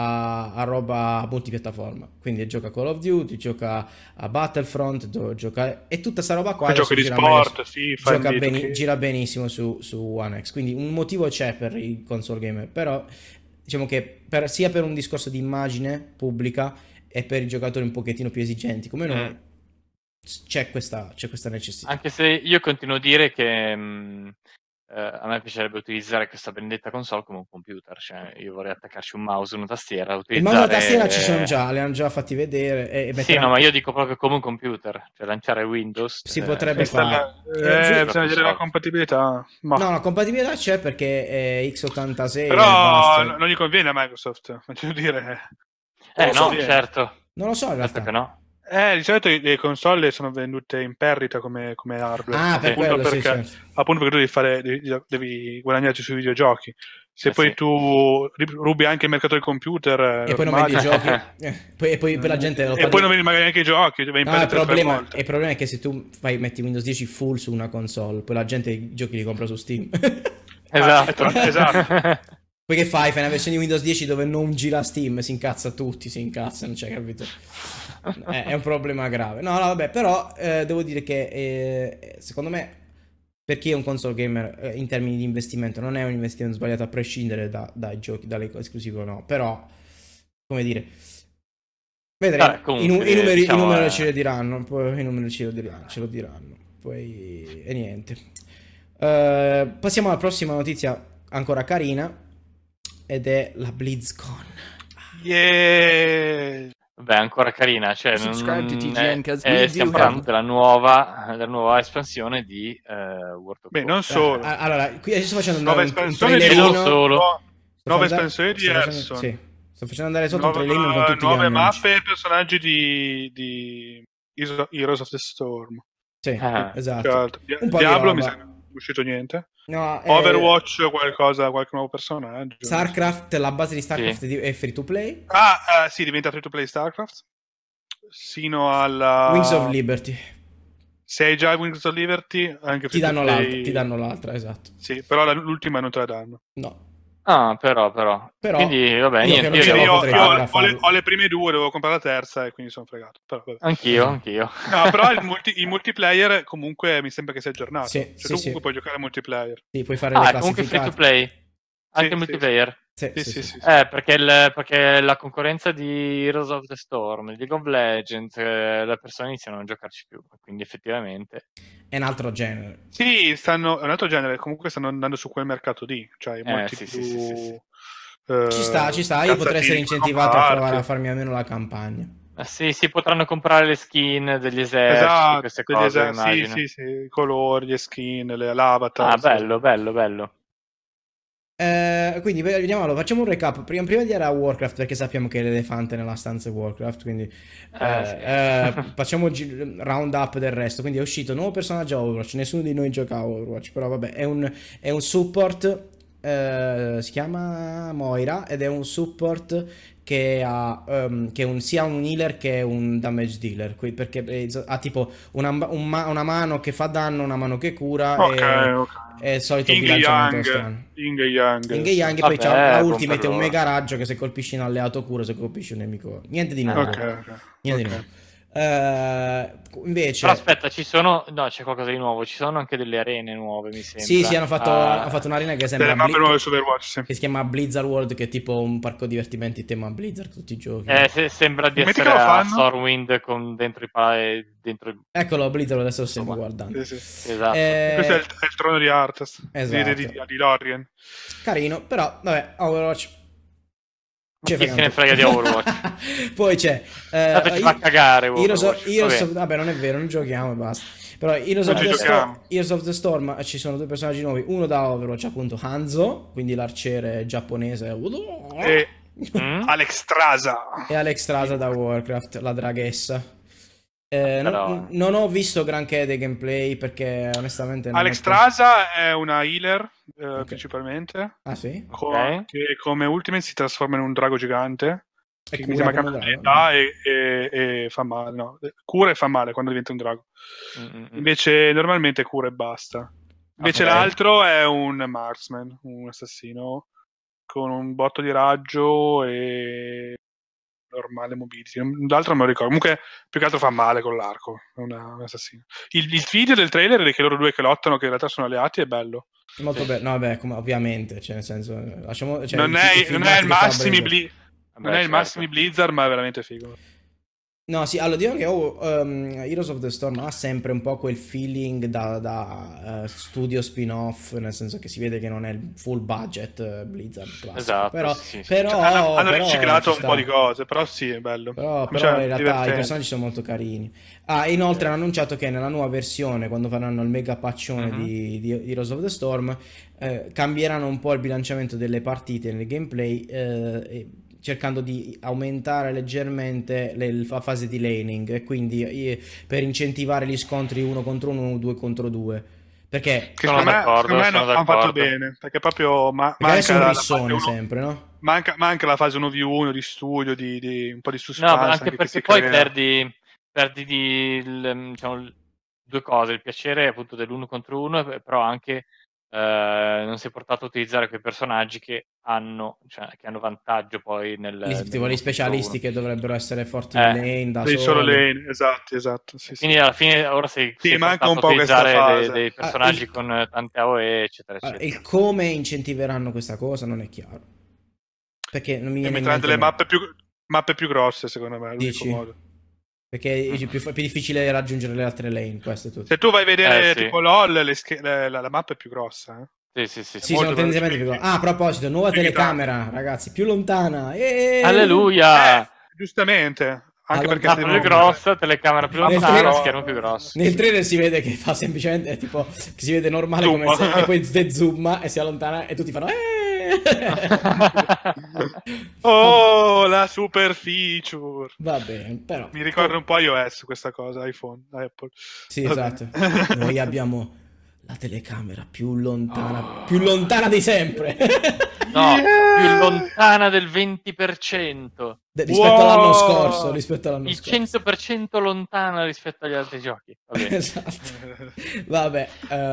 a roba multipiattaforma, quindi gioca Call of Duty, gioca a Battlefront, gioca, e tutta sta roba qua
Poi giochi di sport, sì,
gira benissimo su One X, quindi un motivo c'è per i console gamer, però diciamo che sia per un discorso di immagine pubblica e per i giocatori un pochettino più esigenti come noi c'è questa necessità.
Anche se io continuo a dire che a me piacerebbe utilizzare questa benedetta console come un computer, cioè io vorrei attaccarci un mouse e una tastiera,
Il mouse e la tastiera ci sono già, le hanno già fatti vedere.
Sì, no, ma io dico proprio come un computer, cioè lanciare Windows.
Si potrebbe fare.
Bisogna vedere la compatibilità. Ma...
No, la compatibilità c'è perché è x86.
Però non gli conviene a Microsoft, voglio dire.
No, certo.
Non lo so in realtà.
Certo che no.
Di solito le console sono vendute in perdita come hardware.
Per quello,
perché,
sì.
appunto perché tu devi guadagnarci sui videogiochi. Se poi tu rubi anche il mercato del computer
e poi non vendi i giochi e poi per la gente
e poi non vendi magari anche i giochi, il
problema è che se tu metti Windows 10 full su una console, poi la gente i giochi li compra su Steam.
Esatto.
Poi che fai una versione di Windows 10 dove non gira Steam, si incazza tutti, non c'è, capito? È un problema grave. No, vabbè, però devo dire che secondo me per chi è un console gamer in termini di investimento non è un investimento sbagliato a prescindere dai giochi, dalle esclusive o no, però come dire, vedremo.
Comunque,
i numeri ce lo diranno, poi i numeri ce lo diranno, poi e niente. Passiamo alla prossima notizia ancora carina ed è la BlizzCon.
Vabbè, ancora carina, cioè stiamo parlando della nuova espansione di World of
Warcraft. Non solo.
Allora, qui sto facendo
nuova espansione di nuova espansione di Hearthstone.
Sì, sto facendo andare sotto un trailerino con tutti
nuove
gli annunci.
mappe e personaggi di Heroes of the Storm.
Sì, esatto.
Diablo mi sembra uscito niente.
No,
Overwatch qualche nuovo personaggio.
StarCraft, la base di StarCraft è free to play.
Sì, diventa free to play StarCraft sino alla
Wings of Liberty.
Se hai già Wings of Liberty anche
ti danno l'altra, esatto.
Sì, però l'ultima non te la danno.
No.
Però. Quindi vabbè, niente.
Io ho le prime due, devo comprare la terza e quindi sono fregato. Però,
Anch'io.
No, però il multiplayer comunque mi sembra che sia aggiornato.
Sì,
tu comunque puoi giocare multiplayer.
Sì, puoi fare le classificate.
Comunque free to play. Anche multiplayer.
Sì.
Perché la concorrenza di Heroes of the Storm, di League of Legends, le persone iniziano a non giocarci più, quindi effettivamente
è un altro genere.
Sì, è un altro genere, comunque stanno andando su quel mercato lì, cioè molti più...
Ci sta, io potrei essere incentivato a provare a farmi almeno la campagna.
Sì, si potranno comprare le skin degli eserciti, queste cose, immagino.
Sì, i colori, le skin, l'avatar.
Bello.
Quindi vediamo, facciamo un recap prima di andare a Warcraft, perché sappiamo che è l'elefante nella stanza Warcraft, quindi facciamo round up del resto. Quindi è uscito un nuovo personaggio Overwatch, nessuno di noi gioca a Overwatch, però vabbè, è un support, si chiama Moira ed è un support che è sia un healer che un damage dealer, perché ha tipo una mano che fa danno, una mano che cura, è il solito bilanciamento strano.
Yin e Yang,
e poi c'ha la ultimate, un mega raggio che se colpisci un alleato cura, se colpisci un nemico niente di nuovo. Niente di nuovo. Invece
però aspetta, c'è qualcosa di nuovo, ci sono anche delle arene nuove, mi sembra.
Sì, hanno fatto un'arena che sembra
mappe nuove su Overwatch, sì.
Che si chiama Blizzard World, che è tipo un parco divertimenti tema Blizzard, tutti i giochi.
Sembra di essere a Stormwind con dentro
Eccolo, Blizzard, adesso lo stiamo guardando.
Sì. Esatto.
Questo è il trono di Arthas,
esatto.
di Lorien.
Carino, però vabbè, Overwatch
chi se ne frega di Overwatch.
Poi c'è
ci fa cagare
vabbè, non è vero, non giochiamo e basta. Però Heroes of the Storm ci sono due personaggi nuovi, uno da Overwatch appunto Hanzo, quindi l'arciere giapponese,
e Alex Strasa
da Warcraft, la draghessa.
Però...
non ho visto granché dei gameplay perché onestamente non
Alex
ho
Trasa è una healer
Ok.
principalmente,
Ah sì?
Ok.
che come Ultimate si trasforma in un drago gigante,
E
che mi
cura
sembra
come un
cambia
drago.
abilità e fa male, no, cura e fa male quando diventa un drago.
Mm.
Invece normalmente cura e basta. Invece
Ok.
l'altro è un marksman, un assassino con un botto di raggio e normale mobility. L'altro non me lo ricordo. Comunque, più che altro fa male con l'arco. È un assassino. Il video del trailer è che loro due che lottano, che in realtà sono alleati, è bello.
Molto
Sì.
bello. No, vabbè, ovviamente, cioè nel senso, lasciamo, cioè,
Non
i
è
filmati
il
che fa
Massimi
Blizzard.
non è
Vabbè,
il Massimi
certo.
Blizzard, ma è veramente figo.
No, sì, allora diciamo che Heroes of the Storm ha sempre un po' quel feeling da studio spin-off, nel senso che si vede che non è il full budget Blizzard classico,
Esatto,
però,
sì.
Cioè, hanno
però ci
riciclato un po' di
sta.
cose, però sì, è bello.
Però
Cioè,
in realtà i
divertente.
personaggi sono molto carini. Ah, inoltre hanno annunciato che nella nuova versione, quando faranno il mega patchone
Mhm.
di Heroes of the Storm, cambieranno un po' il bilanciamento delle partite nel gameplay, cercando di aumentare leggermente la fase di laning, e quindi per incentivare gli scontri uno contro uno, due contro due. Perché,
Che
Sono
secondo
d'accordo,
me
sono
hanno fatto
d'accordo.
bene, perché proprio
perché adesso è
manca
un
la fase
rissone
1,
sempre, no?
manca la fase 1v1 di studio, di un po' di
No, ma
suspense
anche
anche che
perché
si
poi
crea.
perdi diciamo, due cose, il piacere appunto dell'uno contro uno, però anche non si è portato a utilizzare quei personaggi che hanno vantaggio poi
Tipo gli
nell'uno contro uno.
specialisti che dovrebbero essere forti in
Eh,
lane da
Dei solo
soli.
lane, esatto, sì, sì.
quindi alla fine ora
Sì,
sei
manca
portato
un
a
po' questa
utilizzare
fase.
dei
Ah,
personaggi con tante AOE, eccetera,
il
eccetera.
come incentiveranno questa cosa non è chiaro. Perché non mi
E
viene in
metteranno
mente
delle mappe più grosse, secondo me, è l'unico
dici?
modo.
Perché è
Mm.
più difficile raggiungere le altre lane, questo è tutto.
Se tu vai a vedere
Sì,
tipo LOL, la mappa è più grossa, eh.
sì.
È
Sì, sono
molto
tendenzialmente più Ah, a proposito, nuova
più di tanto.
telecamera, ragazzi, più lontana.
Alleluia!
Giustamente, anche perché se
Allontana
Mappa più
devono
molto.
grossa, telecamera più
mappa
Nel,
più
lontana,
tra-
schermo più
grossa,
grosso.
nel trailer si vede che fa semplicemente, tipo, che si vede normale
zoom.
come se, e poi zoom e si allontana e tutti fanno
Oh, la super feature.
Va bene, però.
Mi ricorda un po' iOS questa cosa, iPhone, Apple.
Sì,
Va bene.
esatto. Noi abbiamo la telecamera più lontana di sempre.
No, più
Yeah!
lontana del 20%.
Rispetto all'anno scorso,
Wow!
rispetto all'anno
Il
scorso.
100% lontana rispetto agli altri giochi. Va bene.
Esatto. Vabbè,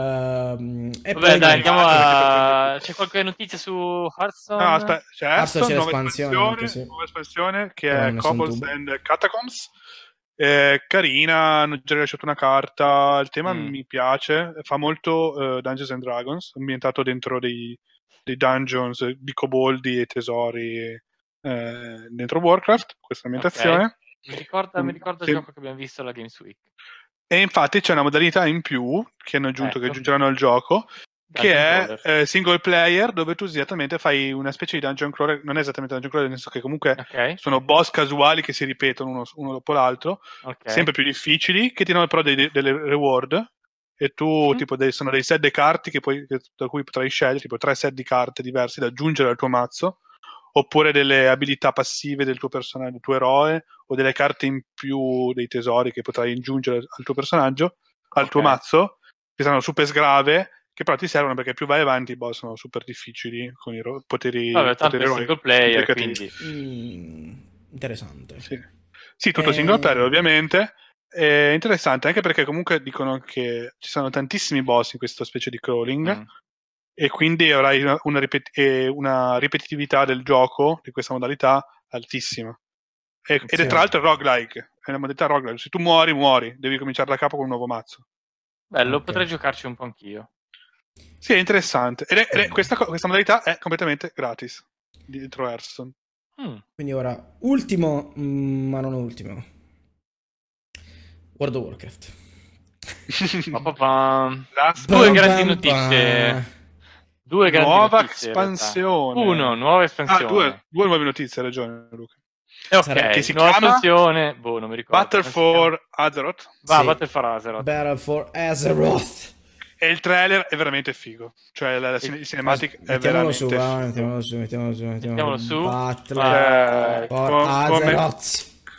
e
Vabbè,
poi
dai,
niente.
andiamo
Anche 20% più.
a... C'è qualche notizia su
No,
Hearthstone?
aspetta, c'è
Arso c'è
Hearthstone,
l'espansione anche, sì.
nuova espansione che
Però
è
non nessun
Kobolds
tubo.
and Catacombs. Carina, hanno già rilasciato una carta, il tema
Mm,
mi piace, fa molto Dungeons and Dragons, ambientato dentro dei dungeons di coboldi e tesori dentro Warcraft, questa
ok.
ambientazione.
Mi ricorda il
Sì.
gioco che abbiamo visto alla Games Week.
E infatti c'è una modalità in più che hanno aggiunto, che
Ecco,
aggiungeranno al gioco, che
Dungeon
è
Crawler.
single player, dove tu esattamente fai una specie di dungeon crawler, non è esattamente dungeon crawler, nel senso che comunque
Ok,
sono boss casuali che si ripetono uno dopo l'altro,
ok.
sempre più difficili, che ti danno però delle reward, e tu,
Mhm,
tipo, sono dei set di carte da cui potrai scegliere, tipo 3 set di carte diversi da aggiungere al tuo mazzo, oppure delle abilità passive del tuo personaggio, del tuo eroe, o delle carte in più dei tesori che potrai aggiungere al tuo personaggio, al tuo
ok.
mazzo, che saranno super sgrave, che però ti servono perché più vai avanti i boss sono super difficili con i
Vabbè, tanto
poteri
è
eroi
single player,
implicativi.
quindi...
Mm, interessante.
Sì. Sì, tutto single player
Eh,
ovviamente. È interessante anche perché comunque dicono che ci sono tantissimi boss in questa specie di crawling
Mm,
e quindi avrai una ripetitività del gioco di questa modalità altissima. Ed è
sì.
tra l'altro roguelike, è una modalità roguelike. Se tu muori, devi cominciare da capo con un nuovo mazzo.
bello,
Ok.
potrei giocarci un po' anch'io.
Sì, è interessante.
Bene.
Questa modalità è completamente gratis dentro Hearthstone.
Mm.
Quindi ora, ultimo, ma non ultimo. World of Warcraft.
Pa-pa-pam.
Last
Due
Pam,
but
grandi
pam,
notizie.
pam.
Due grandi
nuova
notizie in realtà. Uno,
espansione.
nuova
Ah,
espansione.
due nuove notizie, hai ragione, Luca.
E
Che
ok,
si
nuova
chiama
espansione. Boh, non mi ricordo
Battle
come si chiama.
for Azeroth.
Va,
Sì.
Battle for Azeroth.
Battle for Azeroth.
E il trailer è veramente figo. Cioè, il cinematic è
Mettiamolo su,
veramente
va,
figo.
mettiamolo su.
Mettiamolo su.
Battle
Vai.
for
Come
Azeroth.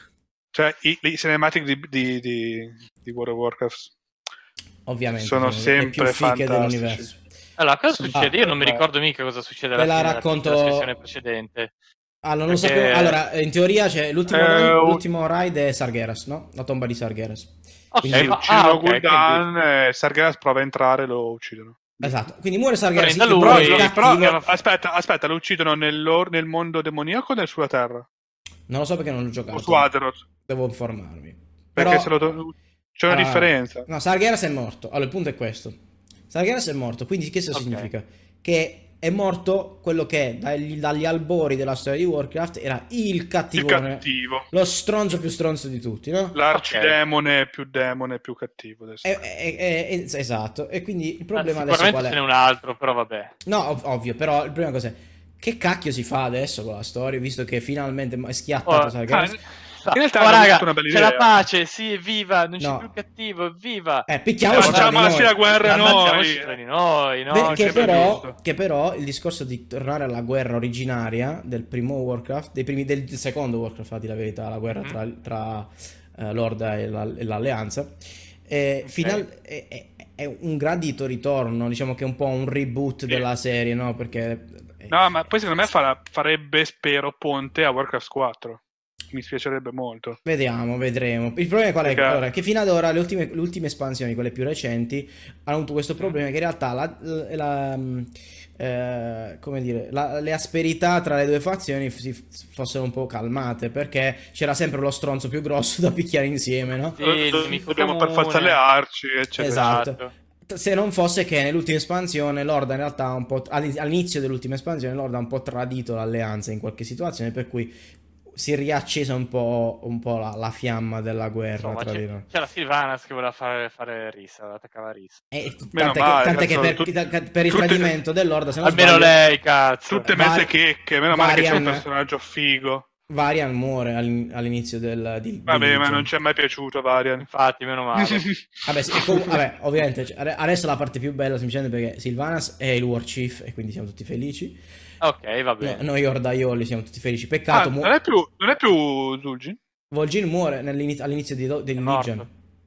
Cioè, i cinematic di World of Warcraft
Ovviamente
sono
le più
sempre
fighe
fantastici.
dell'universo.
Allora, cosa
Sono
succede? Io non mi
super
ricordo mica cosa succede
Ve
alla
la
fine della sessione
racconto.
precedente.
Ah, non lo
Perché
sapevo. Allora, in teoria c'è
Eh,
l'ultimo raid è Sargeras, no? La tomba di Sargeras.
ok,
Quindi,
uccidono
ok, quindi
Gul'dan, Sargeras prova a entrare e lo uccidono.
esatto. Quindi muore Sargeras, sì,
torna
che
da
però
lui,
il
Però
cattivo.
aspetta, lo uccidono nel mondo demoniaco o sulla Terra?
Non lo so perché non l'ho
O su
giocato.
Azeroth?
Devo informarmi.
Perché
Però.
c'è una
Allora,
differenza.
no, Sargeras è morto. Allora, il punto è questo. Sargeras è morto, quindi che cosa
Ok.
significa? Che è morto quello che dagli albori della storia di Warcraft era il cattivone.
cattivo.
Lo stronzo più stronzo di tutti, no?
L'arcidemone più cattivo adesso.
Esatto. E quindi il problema adesso
Sicuramente
qual
ce n'è
è?
un altro, però vabbè.
No, ovvio, però il problema cos'è? Che cacchio si fa adesso con la storia, visto che finalmente è schiattato Sargeras?
In realtà
Oh,
hanno
raga,
avuto una bella
c'è
idea.
la pace, sì, evviva, non c'è più il
No.
cattivo, evviva.
Picchiamoci tra di
Facciamola
noi.
la guerra
Ammazziamoci
noi.
tra di noi, no?
Che
sembra giusto.
però il discorso di tornare alla guerra originaria del primo Warcraft, del secondo Warcraft, a dire la verità, la guerra tra l'Orda e l'Alleanza, è un gradito ritorno, diciamo che è un po' un reboot della serie, no? Perché.
No, ma poi secondo me farebbe, spero, ponte a Warcraft 4. Mi spiacerebbe molto.
Vedremo. Il problema qual è?
Perché-
Allora, che fino ad ora le ultime espansioni, quelle più recenti, hanno avuto questo problema che in realtà come dire, le asperità tra le due fazioni si fossero un po' calmate, perché c'era sempre lo stronzo più grosso da picchiare insieme, no?
Sì, il nemico
Dobbiamo per
comune.
forza le arci, eccetera.
Esatto. Se non fosse che nell'ultima espansione Lord in realtà un po' all'inizio dell'ultima espansione Lord ha un po' tradito l'alleanza in qualche situazione, per cui si è riaccesa un po' la fiamma della guerra
Insomma,
tra di noi.
c'era Sylvanas che voleva fare Risa, attaccava Risa.
Meno
Tant'è
male,
che per il tradimento dell'Lord, se non
Almeno
sbaglio,
lei, cazzo.
tutte mezze checche, meno male che c'è un
Varian-
personaggio figo.
Varian muore all'inizio di
Vabbè, ma
Legion.
non ci è mai piaciuto Varian.
Infatti, meno male.
Vabbè, vabbè, ovviamente adesso la parte più bella semplicemente perché Sylvanas è il War Chief e quindi siamo tutti felici.
Ok, va bene.
Noi Ordaioli siamo tutti felici. Peccato,
non è più Zul'jin?
Vol'jin muore all'inizio di
È
Legion.
morto.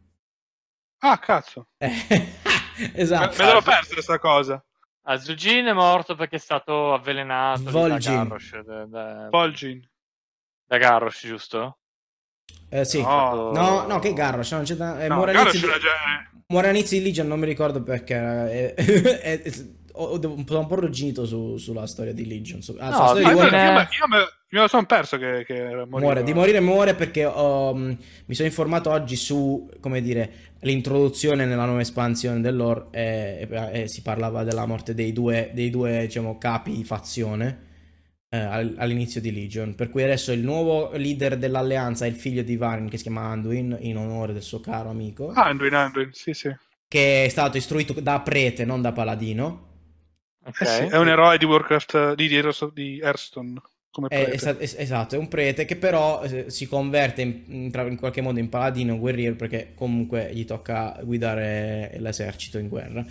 Ah, cazzo.
Esatto.
Me l'ero perso questa cosa.
Azul'jin è morto perché è stato avvelenato lì da
Vol'jin.
Garrosh.
Vol'jin.
Da Garrosh, giusto?
Sì.
No.
No, che Garrosh, no, c'è
No,
muore
Garrosh
all'inizio
era già...
muore all'inizio di Legion, non mi ricordo perché. Sono un po' arrugginito sulla storia di Legion. Sulla storia di Warcraft.
Io me lo sono perso che moriva.
Di morire muore perché mi sono informato oggi su, come dire, l'introduzione nella nuova espansione dell'Or e si parlava della morte dei due diciamo, capi di fazione all'inizio di Legion. Per cui adesso il nuovo leader dell'alleanza è il figlio di Varin che si chiama Anduin in onore del suo caro amico.
Anduin, sì.
Che è stato istruito da prete, non da paladino.
Okay.
Sì, è un eroe di Warcraft di Hearthstone come prete.
Esatto, è un prete che però si converte in qualche modo in paladino guerriero perché comunque gli tocca guidare l'esercito in guerra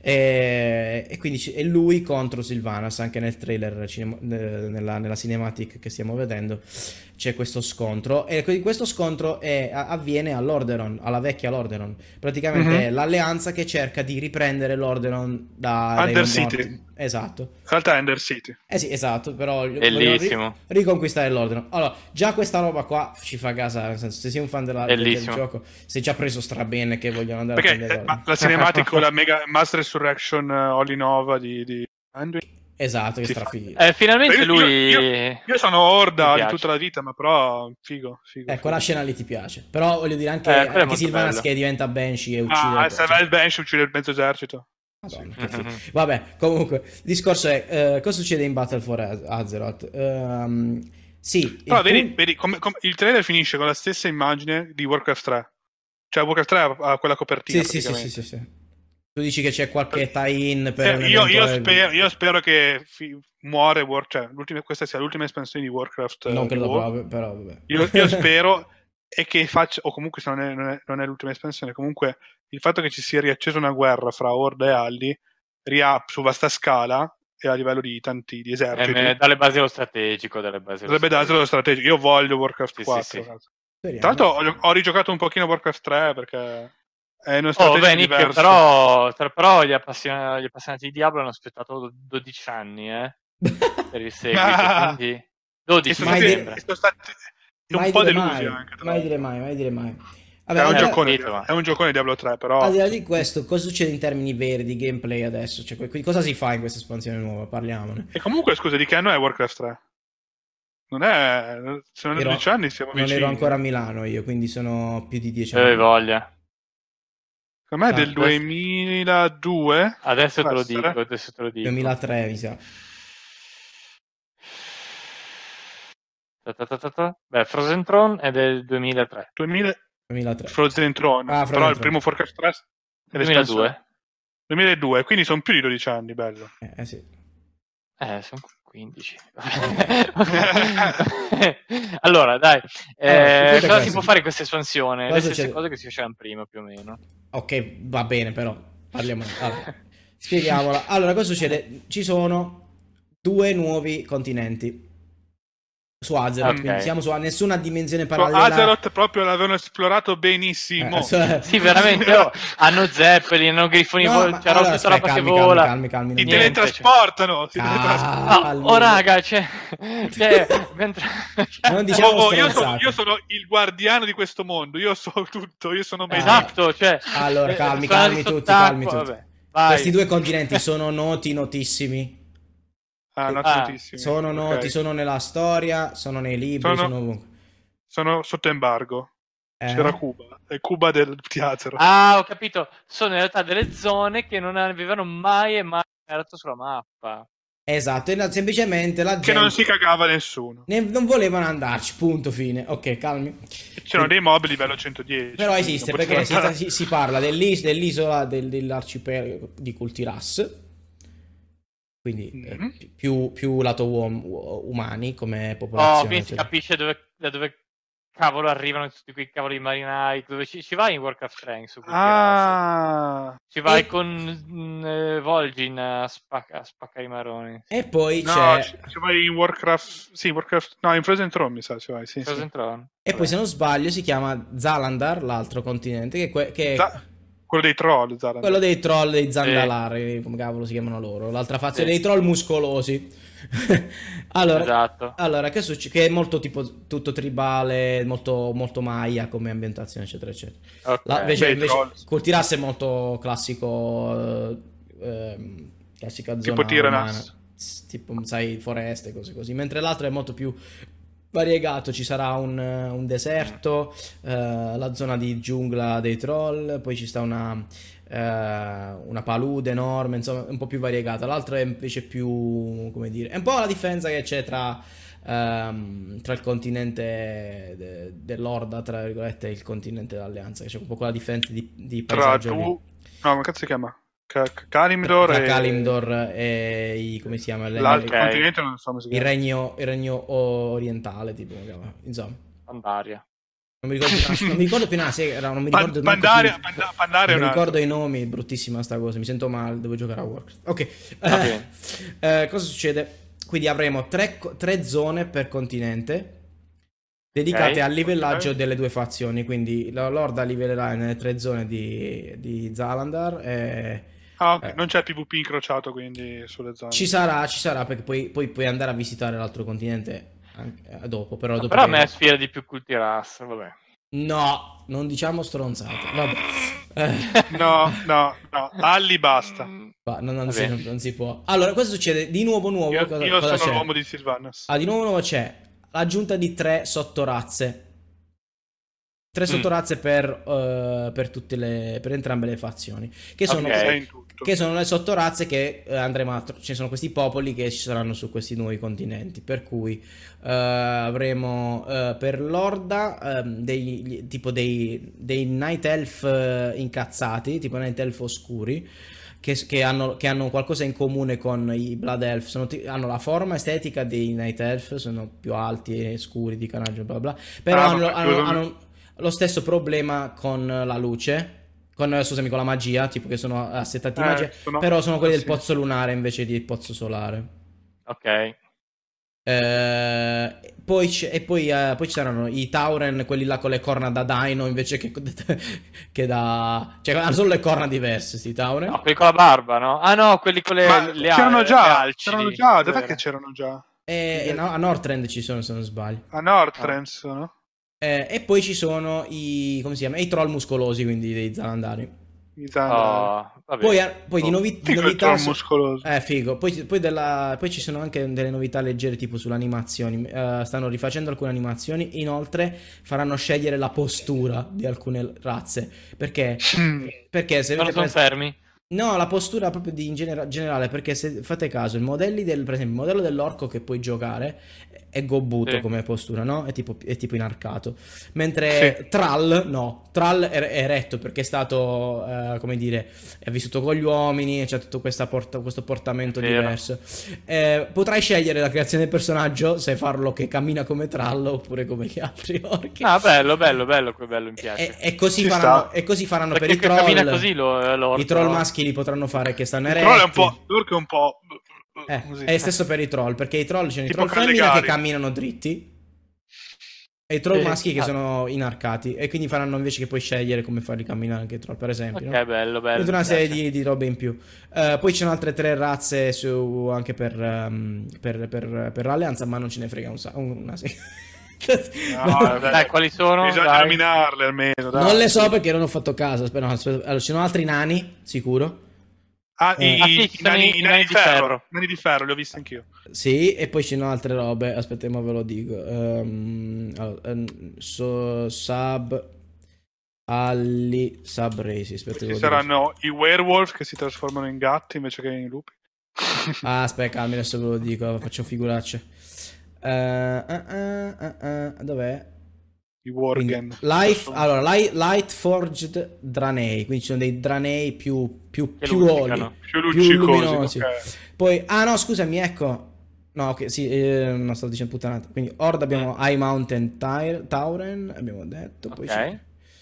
e quindi è lui contro Sylvanas. Anche nel trailer nella cinematic che stiamo vedendo c'è questo scontro e questo scontro avviene a Lordaeron, alla vecchia Lordaeron. Praticamente è l'alleanza che cerca di riprendere Lordaeron dai
Undercity.
morti. Esatto.
In realtà è Undercity.
Sì, esatto, però
bellissimo.
Riconquistare l'Ordaeron. Allora, già questa roba qua ci fa casa, nel senso, se sei un fan del gioco, sei già preso strabene che vogliono andare a prendere
la cinematic con la Mega Mass Resurrection Olinova di Anduin.
Esatto, che strafigo.
Finalmente lui...
Io sono Orda di tutta la vita, ma però figo.
Quella scena lì ti piace. Però voglio dire anche Sylvanas che diventa Banshee e uccide...
se va il Banshee uccide il mezzo esercito.
Madonna, che figo. Vabbè, comunque, il discorso è cosa succede in Battle for Azeroth? Sì,
però vedi come il trailer finisce con la stessa immagine di Warcraft 3. Cioè Warcraft 3 ha quella copertina.
Sì. Tu dici che c'è qualche tie-in per
io spero che muore questa sia l'ultima espansione di Warcraft.
Non credo però vabbè.
Io spero e che faccia, o comunque se non è l'ultima espansione, comunque il fatto che ci sia riaccesa una guerra fra Horde e Aldi su vasta scala e a livello di tanti di eserciti
dalle basi allo strategico.
dovrebbe darsi lo strategico. Io voglio Warcraft 4.
Sì.
Speriamo.
Tra l'altro ho rigiocato un pochino Warcraft 3 perché è una
Oh,
strategia
beh, Nick,
diversa.
però gli appassionati di Diablo hanno aspettato 12 anni, per il seguito, quindi
E
12
sono
mi
Mai
stati,
dire-
sembra.
sono stati un
Mai
po'
dire
delusi
mai,
anche, tra
mai dire
l'altro.
mai, mai dire mai.
È
Vabbè,
un giocone,
capito, ma-
è un giocone Diablo 3,
al
però
di là di questo, cosa succede in termini veri di gameplay adesso? Cioè, cosa si fa in questa espansione nuova? Parliamone.
E comunque, scusa, di che anno è Warcraft 3? Non è... Sono 12 anni, siamo
Non
vicini.
ero ancora a Milano io, quindi sono più di 10
Avevi
anni.
voglia.
Secondo me è del
Adesso-
2002.
Adesso
Può
te lo
essere?
dico, adesso te lo dico.
2003 mi sa.
Beh, Frozen Throne è del 2003.
2000...
2003.
Frozen Throne.
Ah,
Però
Frozen
il primo
Throne.
Warcraft 3 è l'espansione.
2002?
2002, quindi sono più di 12 anni, bello.
Sì.
Sono 15. Allora, dai,
Allora, il punto è
cosa si
questo.
può fare in questa espansione?
Cosa
Le stesse
succede?
cose che si facevano prima, più o meno.
Ok, va bene, però parliamo. Allora, spieghiamola. Allora, cosa succede? Ci sono 2 nuovi continenti su Azeroth,
Ok.
quindi siamo su nessuna dimensione
So,
parallela.
Azeroth proprio l'avevano esplorato benissimo.
Sì, veramente, hanno Zeppelin, hanno grifoni,
No, ma
c'era
allora,
tutta la
aspetta,
che
calmi,
vola.
calmi.
Ti
non-
Niente,
teletrasportano. Ti
Calmi.
Oh, raga, mentre...
Non diciamo
io
stronzate.
sono il guardiano di questo mondo. Io so tutto. Io sono meglio.
Esatto, cioè...
Allora, calmi
suonano di
tutti,
sott'acqua,
calmi tutti.
vabbè, vai.
Questi 2 continenti sono notissimi.
Notissimi.
Sono
Ok.
noti, sono nella storia, sono nei libri, sono ovunque.
Sono sotto embargo.
Eh?
C'era Cuba. È Cuba di Azeroth.
Ah, ho capito. Sono in realtà delle zone che non avevano mai apparato sulla mappa.
Esatto, e semplicemente la
Che non
gente
si cagava nessuno.
non volevano andarci, punto fine. Ok, calmi.
C'erano dei mob livello 110.
Però esiste
Non
perché
potevano andare.
si parla dell'isola dell'arcipelago di Kultiras, quindi più lato umani come
Oh,
popolazione.
quindi si capisce da dove cavolo arrivano tutti quei cavoli marinai. Dove ci vai in Warcraft 3 su questi razzi? Ci vai
E-
con Vol'jin a spaccare i maroni.
E poi
No,
c'è.
ci vai in Warcraft. Sì, Warcraft. No, in Frozen Throne mi sa. Ci vai, sì.
Frozen Throne.
E poi se non sbaglio si chiama Zalandar, l'altro continente, che è
Quello dei troll, Zara.
quello dei troll, dei Zandalari, come cavolo si chiamano loro, l'altra fazione dei troll muscolosi.
Esatto.
Allora che succede? Che è molto tipo tutto tribale, molto, molto Maya come ambientazione, eccetera, eccetera.
Ok.
Invece
Trolls.
Kultiras è molto classico, classica zona
Tipo Tyrannus.
umana, tipo, sai, foreste, cose così, mentre l'altro è molto più variegato, ci sarà un deserto, la zona di giungla dei troll, poi ci sta una palude enorme, insomma un po' più variegata. L'altro è invece più, come dire, è un po' la differenza che c'è tra il continente dell'Orda, tra virgolette, e il continente dell'Alleanza, che c'è un po' quella differenza di
Tra
paesaggio lì.
no, come cazzo si chiama? Kalimdor
Tra
e
Kalimdor e come si chiama?
l'altro
Ok.
continente non so come si
Il
chiama.
regno orientale, tipo, insomma.
Pandaria.
Non mi ricordo più nada, non mi ricordo manco
Pandaria
non
è
mi
un
ricordo
altro.
i nomi, è bruttissima sta cosa, mi sento male, devo giocare a Warcraft. Ok,
Va bene.
cosa succede? Quindi avremo tre zone per continente dedicate
Ok.
al livellaggio
Ok.
delle 2 fazioni, quindi l'Orda livellerà nelle 3 zone di Zalandar e
Ok, non c'è PvP incrociato quindi sulle zone.
ci sarà perché poi puoi andare a visitare l'altro continente anche, dopo, però dopo
Però a
che-
me ispira di più Kultiras, vabbè.
No, non diciamo stronzate. Vabbè.
No, Alli basta.
Non
Va
si,
bene.
non si può. Allora, cosa succede? Di nuovo,
Io
cosa
sono
c'è?
l'uomo di Sylvanas.
Di nuovo c'è l'aggiunta di 3 sottorazze. 3 sottorazze per tutte per entrambe le fazioni. Che sono,
Ok.
Sei in tutto.
che sono le sottorazze che andremo a. Ci sono questi popoli che ci saranno su questi nuovi continenti. Per cui avremo per l'Orda tipo dei Night Elf incazzati, tipo Night Elf oscuri. Che hanno qualcosa in comune con i Blood Elf, hanno la forma estetica dei Night Elf, sono più alti e scuri di canaggio, bla bla, però hanno lo stesso problema con la luce, con la magia, tipo che sono assettati di magia, però sono quelli del
sì.
pozzo lunare invece del pozzo solare.
Ok.
Poi ci saranno i Tauren, quelli là con le corna da Dino invece che da... Cioè, hanno solo le corna diverse, sti Tauren.
No, quelli con la barba, no? Ah no, quelli con
Ma
le
c'erano
le
già,
alcidi,
c'erano già, dov'è
vero.
che c'erano già?
No, a Northrend ci sono, se non sbaglio.
A Northrend sono?
E poi ci sono come si chiama? I troll muscolosi, quindi dei Zalandari.
I Zandari.
Vabbè.
Poi di
Figo il
novità...
troll muscoloso.
Figo. Poi ci sono anche delle novità leggere tipo sulle animazioni. Stanno rifacendo alcune animazioni. Inoltre faranno scegliere la postura di alcune razze. Perché? Perché se
Non
avete
sono fermi?
No, la postura proprio in generale, perché se fate caso, per esempio, il modello dell'orco che puoi giocare è gobbuto
Sì.
come postura, no? È tipo inarcato. Mentre Thrall, no, Thrall è eretto perché è stato, come dire, è vissuto con gli uomini, c'è tutto questo portamento
Vero.
diverso. Potrai scegliere la creazione del personaggio se farlo che cammina come Thrall oppure come gli altri orchi.
Ah, bello, mi piace.
E così
Ci
faranno,
sta.
e così faranno per
Perché
i troll.
cammina così l'orco.
I troll maschi li potranno fare che stanno
Il
eretti.
troll è un po'. L'orco è un po'. Così.
È lo stesso per i troll, perché i troll c'è i
Tipo
troll femmina che
Calegari.
camminano dritti e i troll
Sì.
maschi che sono inarcati e quindi faranno invece che puoi scegliere come farli camminare anche i troll, per esempio.
Ok,
No?
bello.
Tutta una
mi
serie
piace.
di robe in più. Poi ci sono altre 3 razze anche per l'alleanza, ma non ce ne frega una
No,
Dai, quali sono?
Bisogna
Dai.
nominarle almeno. Dai.
Non le so perché non ho fatto caso. Aspetta, no, allora, ci sono altri nani, sicuro.
Ah,
sì, ci sono i nani di ferro.
I nani di ferro, li ho visti anch'io.
Sì, e poi ci sono altre robe. Aspetta, ma ve lo dico. Sub Alli Sub Race. Aspetta, ve
Ci
lo dico.
saranno i werewolf che si trasformano in gatti invece che in lupi.
Ah, aspetta, calmi, adesso ve lo dico. Faccio figuracce. Dov'è?
I worgen.
Allora, Light Forged Dranei. Quindi ci sono dei Dranei più
Che
oli,
luccicano.
Più
più
luccicosi.
luminosi.
Ok.
Poi, no, scusami, ecco. No, ok, sì, non sto dicendo puttanata. Quindi, Horde abbiamo High Mountain Tauren, abbiamo detto. Poi
Ok.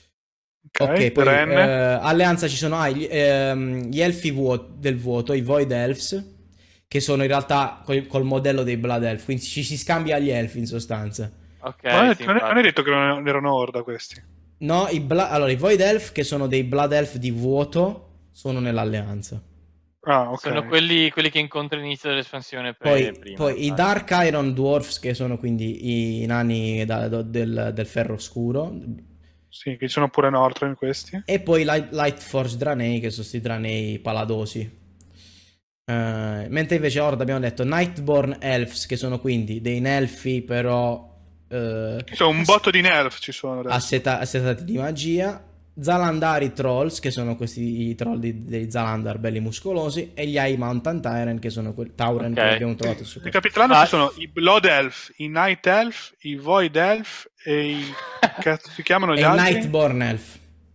Ok, poi
Ren.
Alleanza ci sono gli elfi del vuoto, i Void Elves, che sono in realtà col modello dei Blood Elf, quindi ci si scambia agli elfi in sostanza.
Ok,
Ma
sì,
non
infatti.
hai detto che non erano Horda questi?
No, allora i Void Elf, che sono dei Blood Elf di vuoto, sono nell'alleanza.
Ah, ok.
Sono quelli che incontri all'inizio dell'espansione
Poi,
prima.
poi i Dark Iron Dwarfs, che sono quindi i nani del ferro scuro.
Sì, che ci sono pure Northrend questi.
E poi Light Forge Dranei, che sono sti Dranei paladosi. Mentre invece Horde abbiamo detto Nightborn Elves, che sono quindi dei Nelfi però
Ci sono un botto di Nelf ci sono adesso.
assetati di magia. Zalandari Trolls, che sono questi i troll dei Zalandar belli muscolosi, e gli High Mountain Tauren, che sono Tauren che
Ok.
abbiamo trovato su
Ricapitolando,
Ah.
ci sono i Blood Elf, i Night Elf, i Void Elf e i... cazzo si chiamano
e
gli
i
altri?
Nightborn Elf.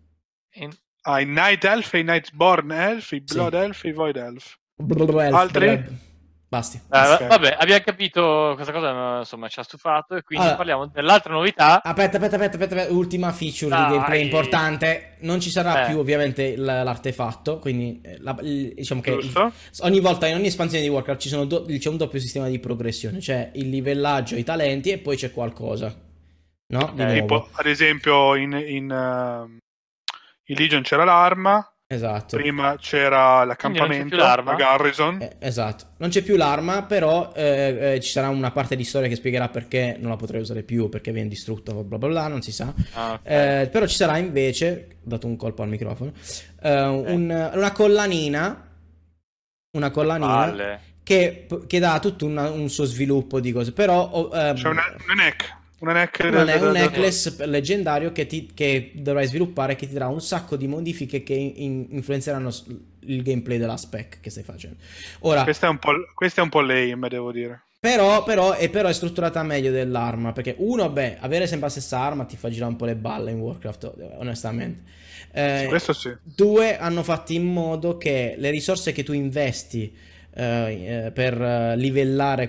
Ah, i Night Elf e i Nightborn Elf, i Blood
Sì.
Elf e i Void Elf.
Elf,
Altri?
Basti.
Ok.
Vabbè, abbiamo capito questa cosa, ma, insomma, ci ha stufato e quindi
Allora,
parliamo dell'altra novità.
Aspetta, ultima feature
Dai.
di gameplay importante. Non ci sarà
Eh.
più ovviamente l'artefatto, quindi diciamo che
Giusto?
ogni volta in ogni espansione di Warcraft c'è un doppio sistema di progressione, c'è il livellaggio, i talenti e poi c'è qualcosa, no? Di
Ok.
nuovo.
Tipo, ad esempio, in Legion c'era l'arma,
Esatto.
prima c'era
Quindi non c'è
l'accampamento,
più l'arma?
la garrison.
Esatto, non c'è più l'arma, però ci sarà una parte di storia che spiegherà perché non la potrai usare più, perché viene distrutta, bla bla bla, non si sa.
Ah, ok.
Però ci sarà invece, ho dato un colpo al microfono, una collanina
Palle.
che dà tutto un suo sviluppo di cose, però
C'è una neck. Una neck
un necklace leggendario che dovrai sviluppare, che ti darà un sacco di modifiche che influenzeranno il gameplay della spec che stai facendo. Ora,
Questa è un po' lame, devo dire.
però è strutturata meglio dell'arma, perché avere sempre la stessa arma ti fa girare un po' le balle in Warcraft, onestamente.
Questo sì.
2 hanno fatto in modo che le risorse che tu investi per livellare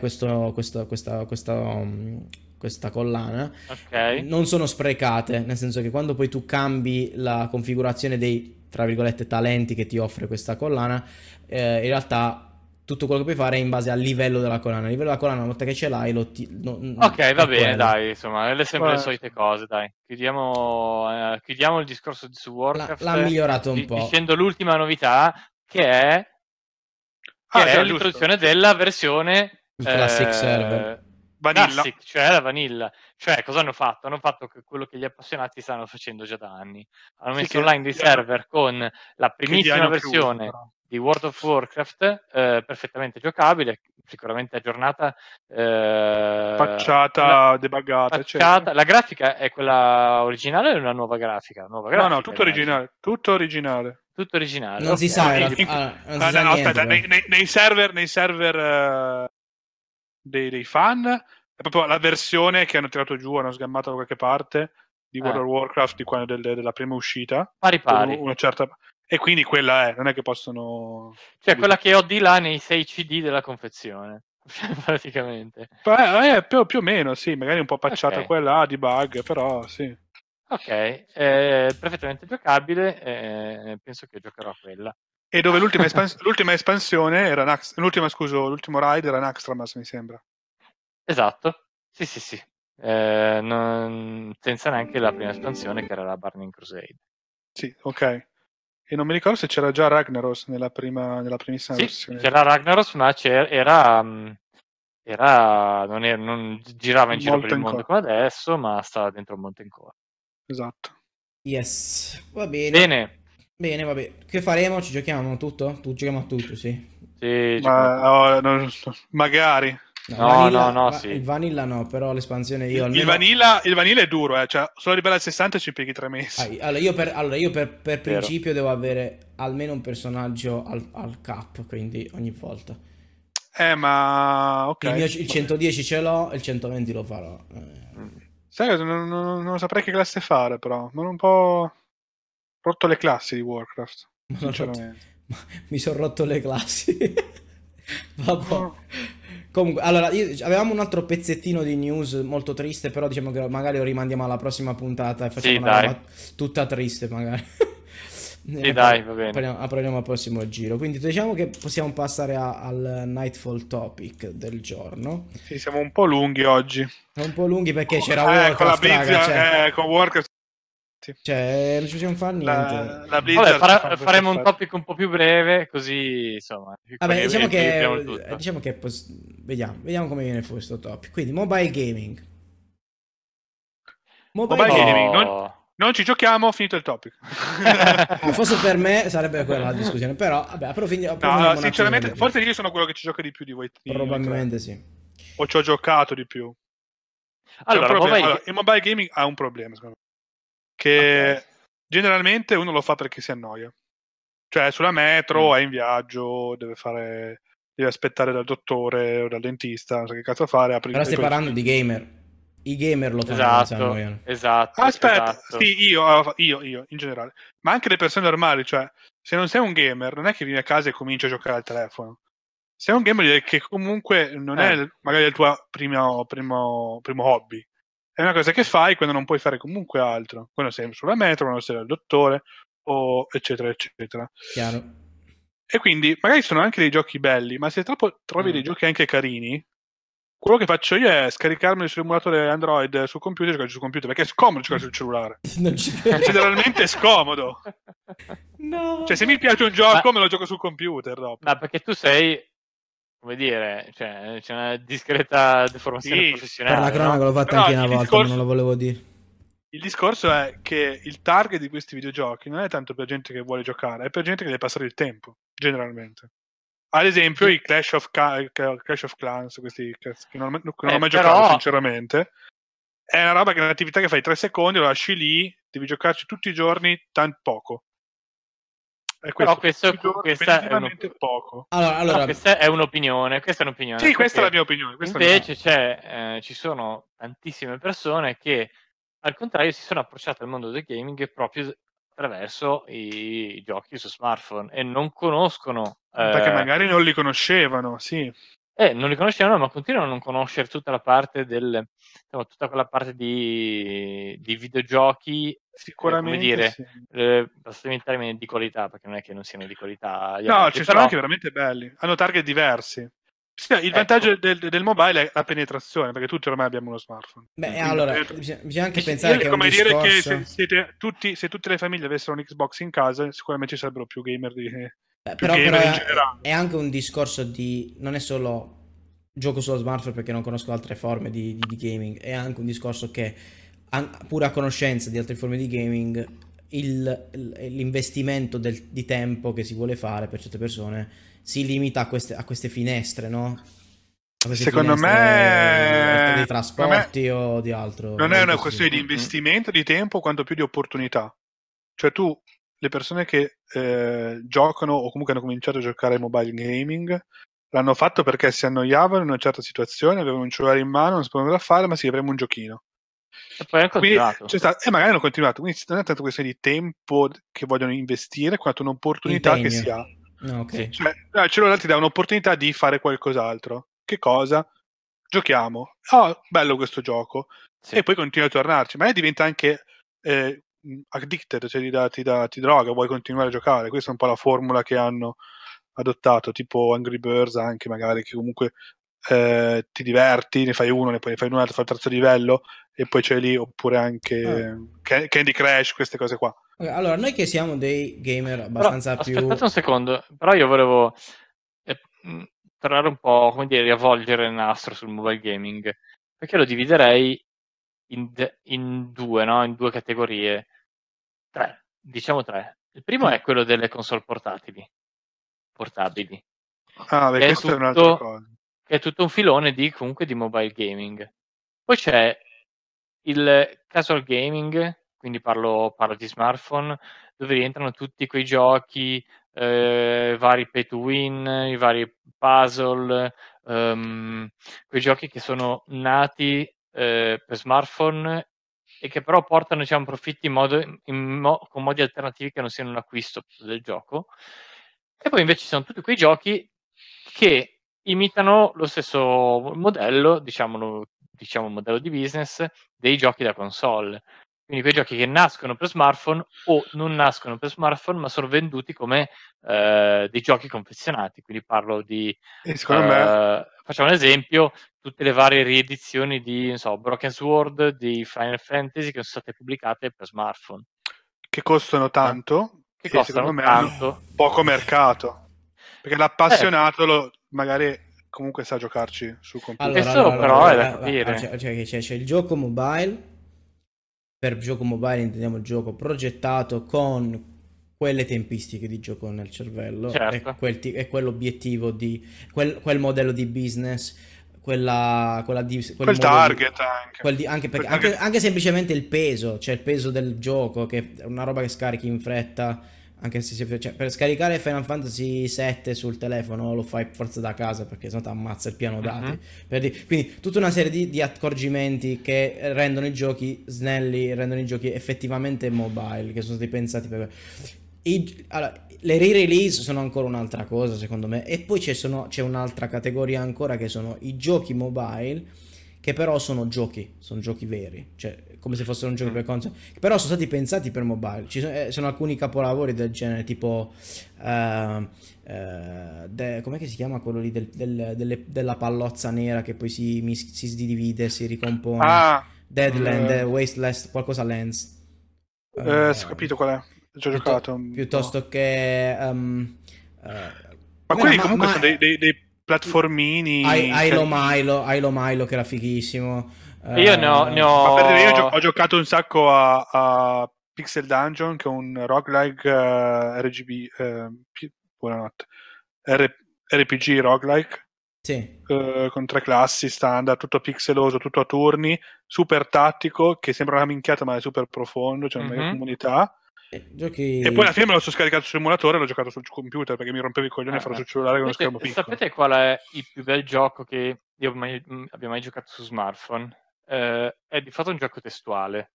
questa collana
Ok.
non sono sprecate, nel senso che quando poi tu cambi la configurazione dei, tra virgolette, talenti che ti offre questa collana, in realtà tutto quello che puoi fare è in base al livello della collana. Il livello della collana, una volta che ce l'hai,
Ok, va
è
bene,
quello.
dai, insomma, le sempre le
Beh,
solite cose, dai. Chiudiamo il discorso su
L'ha
Warcraft
migliorato un po'.
dicendo l'ultima novità, che è
già, giusto.
l'introduzione della versione
Il Classic Server.
Vanilla.
Classic, cioè la vanilla. Cioè, cosa hanno fatto? Hanno fatto quello che gli appassionati stanno facendo già da anni. Hanno
Sì,
messo online dei server con la
che li
primissima
hanno chiusi,
versione
però.
di World of Warcraft, perfettamente giocabile, sicuramente aggiornata.
Facciata, debuggata, eccetera.
La grafica è quella originale o è una nuova grafica? Nuova
No,
grafica,
tutto
immagino.
originale. Tutto originale.
Tutto originale,
Non si
ok.
sa,
No,
non si sa
no,
niente.
aspetta,
Però.
nei server dei fan è proprio la versione che hanno tirato giù, hanno sgammato da qualche parte di World of Warcraft di quando della prima uscita.
Pari
Con
pari.
una certa... E quindi quella è, non è che possono...
Cioè quella che ho di là nei 6 CD della confezione, praticamente.
Più o meno, sì, magari un po' pacciata
Ok,
quella, di bug, però sì.
ok, perfettamente giocabile, penso che giocherò a quella.
E dove l'ultima espansione era l'ultimo raid era Naxxramas, mi sembra.
Esatto, sì sì sì, senza neanche la prima espansione che era la Burning Crusade.
Sì, ok. E non mi ricordo se c'era già Ragnaros nella primissima
Sì,
versione.
c'era Ragnaros, ma non girava in giro per
Molto
il
in
mondo
co-
come adesso, ma stava dentro il Monte Core.
Esatto.
Yes, va bene.
Bene,
Bene, vabbè. Che faremo? Ci giochiamo tutto? Tu giochiamo a tutto, sì.
sì, giochiamo a tutto.
Ma magari.
No,
No,
il
sì.
vanilla no, però l'espansione io
Il
almeno...
vanilla, il vanilla è duro, cioè solo arrivare al 60 ci pieghi 3 mesi.
Allora io per
Vero.
principio devo avere almeno un personaggio al cap, quindi ogni volta.
Ma ok.
Il 110 ce l'ho, il 120 lo farò.
Sai, non saprei che classe fare, però. Mi hanno un po' rotto le classi di Warcraft,
Mi sono rotto,
sinceramente.
mi son rotto le classi. Vabbè.
No.
Comunque, allora, avevamo un altro pezzettino di news molto triste, però diciamo che magari lo rimandiamo alla prossima puntata e facciamo
Sì,
una
dai.
roba tutta triste, magari.
Sì, dai, va bene.
Apriamo al prossimo giro. Quindi diciamo che possiamo passare al Nightfall topic del giorno.
Sì, siamo un po' lunghi oggi.
È un po' lunghi perché c'era
Con la
Warcraft, raga,
Blizzard, con Warcraft. Sì.
cioè, non ci possiamo fare niente.
La
Vabbè,
Blizzard ci fa questo
faremo un
effetto.
topic un po' più breve, così insomma,
Vabbè,
equilibriamo il tutto.
diciamo che vediamo come viene fuori questo topic. Quindi, mobile gaming.
Mobile
Gaming.
gaming, non ci giochiamo, finito il topic.
Fosse per me sarebbe quella la discussione, però vabbè, approfondiamo
No,
un attimo
sinceramente,
di più.
forse io sono quello che ci gioca di più di voi.
Probabilmente sì.
O ci ho giocato di più.
Allora,
Allora, il mobile gaming ha un problema, secondo me. Che generalmente uno lo fa perché si annoia. Cioè, sulla metro, è in viaggio, deve aspettare dal dottore o dal dentista, non so che cazzo fare.
Però stai parlando di gamer. I gamer lo fanno quando si annoiano.
Esatto.
Aspetta, sì, io in generale, ma anche le persone normali, cioè, se non sei un gamer, non è che vieni a casa e cominci a giocare al telefono. Sei un gamer che comunque non è magari il tuo primo hobby, è una cosa che fai quando non puoi fare comunque altro, quando sei sulla metro, quando sei dal dottore, o eccetera, eccetera.
Chiaro.
E quindi magari sono anche dei giochi belli, ma se troppo trovi dei giochi anche carini, quello che faccio io è scaricarmi sull'emulatore Android sul computer e giocare sul computer, perché è scomodo giocare sul cellulare.
Non ci credo.
Generalmente è scomodo.
No.
Cioè, se mi piace un gioco, me lo gioco sul computer dopo.
Ma perché tu sei, come dire, cioè, c'è una discreta deformazione professionale.
Per la cronaca l'ho fatta anche una volta, ma non lo volevo dire.
Il discorso è che il target di questi videogiochi non è tanto per gente che vuole giocare, è per gente che deve passare il tempo, generalmente. Ad esempio, i Clash of Clans, questi che non ho mai giocato, sinceramente. È una roba che è un'attività che fai 3 secondi, lo lasci lì, devi giocarci tutti i giorni, tanto poco.
Però questa è
poco.
Allora,
questa è un'opinione. Questa è un'opinione.
Sì, questa è la mia opinione.
Invece ci sono tantissime persone che, al contrario, si sono approcciate al mondo del gaming proprio attraverso i giochi su smartphone e non conoscono.
Perché magari non li conoscevano, sì.
Non li conoscevano, ma continuano a non conoscere tutta la parte tutta quella parte di videogiochi, come
Sicuramente
dire,
sì.
passatemi il termine, di qualità, perché non è che non siano di qualità gli
No,
altri,
ci sono
però
anche veramente belli. Hanno target diversi. Sì, il
ecco,
vantaggio del mobile è la penetrazione, perché tutti ormai abbiamo uno smartphone.
Beh,
Quindi la
allora,
penetrazione
bisogna anche
io
pensare
li-
che
è
è un
come dire che
discorso.
se tutte le famiglie avessero un Xbox in casa, sicuramente ci sarebbero più gamer, più
Però
gamer in generale.
è anche un discorso di... Non è solo gioco sullo smartphone perché non conosco altre forme di gaming, è anche un discorso che, pure a conoscenza di altre forme di gaming, l'investimento di tempo che si vuole fare per certe persone si limita a queste finestre, no? A queste
Secondo
finestre dei
me
trasporti o di altro,
non
o
è
di
una
questo
questione di
tipo.
investimento di tempo quanto più di opportunità. Cioè tu, le persone che giocano o comunque hanno cominciato a giocare al mobile gaming, l'hanno fatto perché si annoiavano in una certa situazione, avevano un cellulare in mano, non sapevano cosa fare, ma sì, avremo un giochino.
e poi hanno
Quindi
continuato.
e magari hanno continuato. Quindi non è tanto questione di tempo che vogliono investire, quanto un'opportunità che
Impegno.
si ha.
No, ok.
Sì,
Cioè, il cellulare ti dà un'opportunità di fare qualcos'altro. Che cosa? Giochiamo. Oh, bello questo gioco.
sì.
E poi continui a tornarci. Ma diventa anche addicted, cioè ti droga, vuoi continuare a giocare. Questa è un po' la formula che hanno adottato, tipo Angry Birds anche magari, che comunque ti diverti, ne fai uno, ne fai un altro, fai il terzo livello e poi c'è lì, oppure
Ah,
anche Candy Crush, queste cose qua.
ok, allora, noi che siamo dei gamer
Però
abbastanza più...
aspettate un secondo, però io volevo eh, mh, tornare un po', come dire, riavvolgere il nastro sul mobile gaming, perché lo dividerei in due, no? In due categorie. Tre, diciamo tre. Il primo
Mm.
è quello delle console portabili,
Ah, beh,
che è
questa è un'altra
tutto,
cosa.
che è tutto un filone comunque di mobile gaming. Poi c'è il casual gaming, quindi parlo di smartphone, dove rientrano tutti quei giochi, vari pay to win, i vari puzzle, quei giochi che sono nati per smartphone e che però portano, diciamo, profitti con modi alternativi che non siano un acquisto del gioco. E poi invece ci sono tutti quei giochi che imitano lo stesso modello, diciamo modello di business dei giochi da console. Quindi quei giochi che nascono per smartphone o non nascono per smartphone, ma sono venduti come dei giochi confezionati. Quindi parlo di,
E secondo me,
facciamo un esempio, tutte le varie riedizioni di, non so, Broken Sword, di Final Fantasy che sono state pubblicate per smartphone,
che costano
no?
tanto
Che
e secondo
costano
me hanno
tanto.
poco mercato. Perché
Eh,
l'appassionato magari comunque sa giocarci sul computer.
Questo però è da capire.
c'è il gioco mobile. Per gioco mobile intendiamo il gioco progettato con quelle tempistiche di gioco nel cervello e
Certo.
e quell'obiettivo di quel modello di business, quel
Quel
modo di
target anche.
anche
Quel
perché
target.
anche semplicemente il peso, cioè il peso del gioco, che è una roba che scarichi in fretta. Anche se cioè, per scaricare Final Fantasy 7 sul telefono lo fai forza da casa perché sennò ti ammazza il piano dati.
Mhm.
Quindi tutta una serie di accorgimenti che rendono i giochi snelli, rendono i giochi effettivamente mobile, che sono stati pensati per... Allora, le re-release sono ancora un'altra cosa secondo me, e poi c'è un'altra categoria ancora che sono i giochi mobile, che però sono giochi veri, cioè come se fossero un gioco
Mm.
per console, che però sono stati pensati per mobile. Sono alcuni capolavori del genere, tipo com'è che si chiama quello lì della pallozza nera che poi si divide, si ricompone.
Ah,
Deadland, Wasteland, qualcosa Lands.
ho capito qual è. Ho già
Piuttosto,
giocato un po'.
piuttosto che
Ma
com'era?
quelli comunque sono dei platformini.
Hilo Milo che era fighissimo.
E io ne
Ma per dire, io
ho...
ho giocato un sacco a Pixel Dungeon, che è un roguelike RGB, buonanotte, R- RPG roguelike,
Sì.
con 3 classi standard, tutto pixeloso, tutto a turni, super tattico, che sembra una minchiata ma è super profondo, c'è una mega
Mhm.
comunità. E poi alla
Giochi...
fine me lo sono scaricato sul emulatore e l'ho giocato sul computer perché mi rompevo i coglioni a farlo sul cellulare con uno schermo piccolo.
Sapete qual è il più bel gioco che io abbia mai giocato su smartphone? È di fatto un gioco testuale.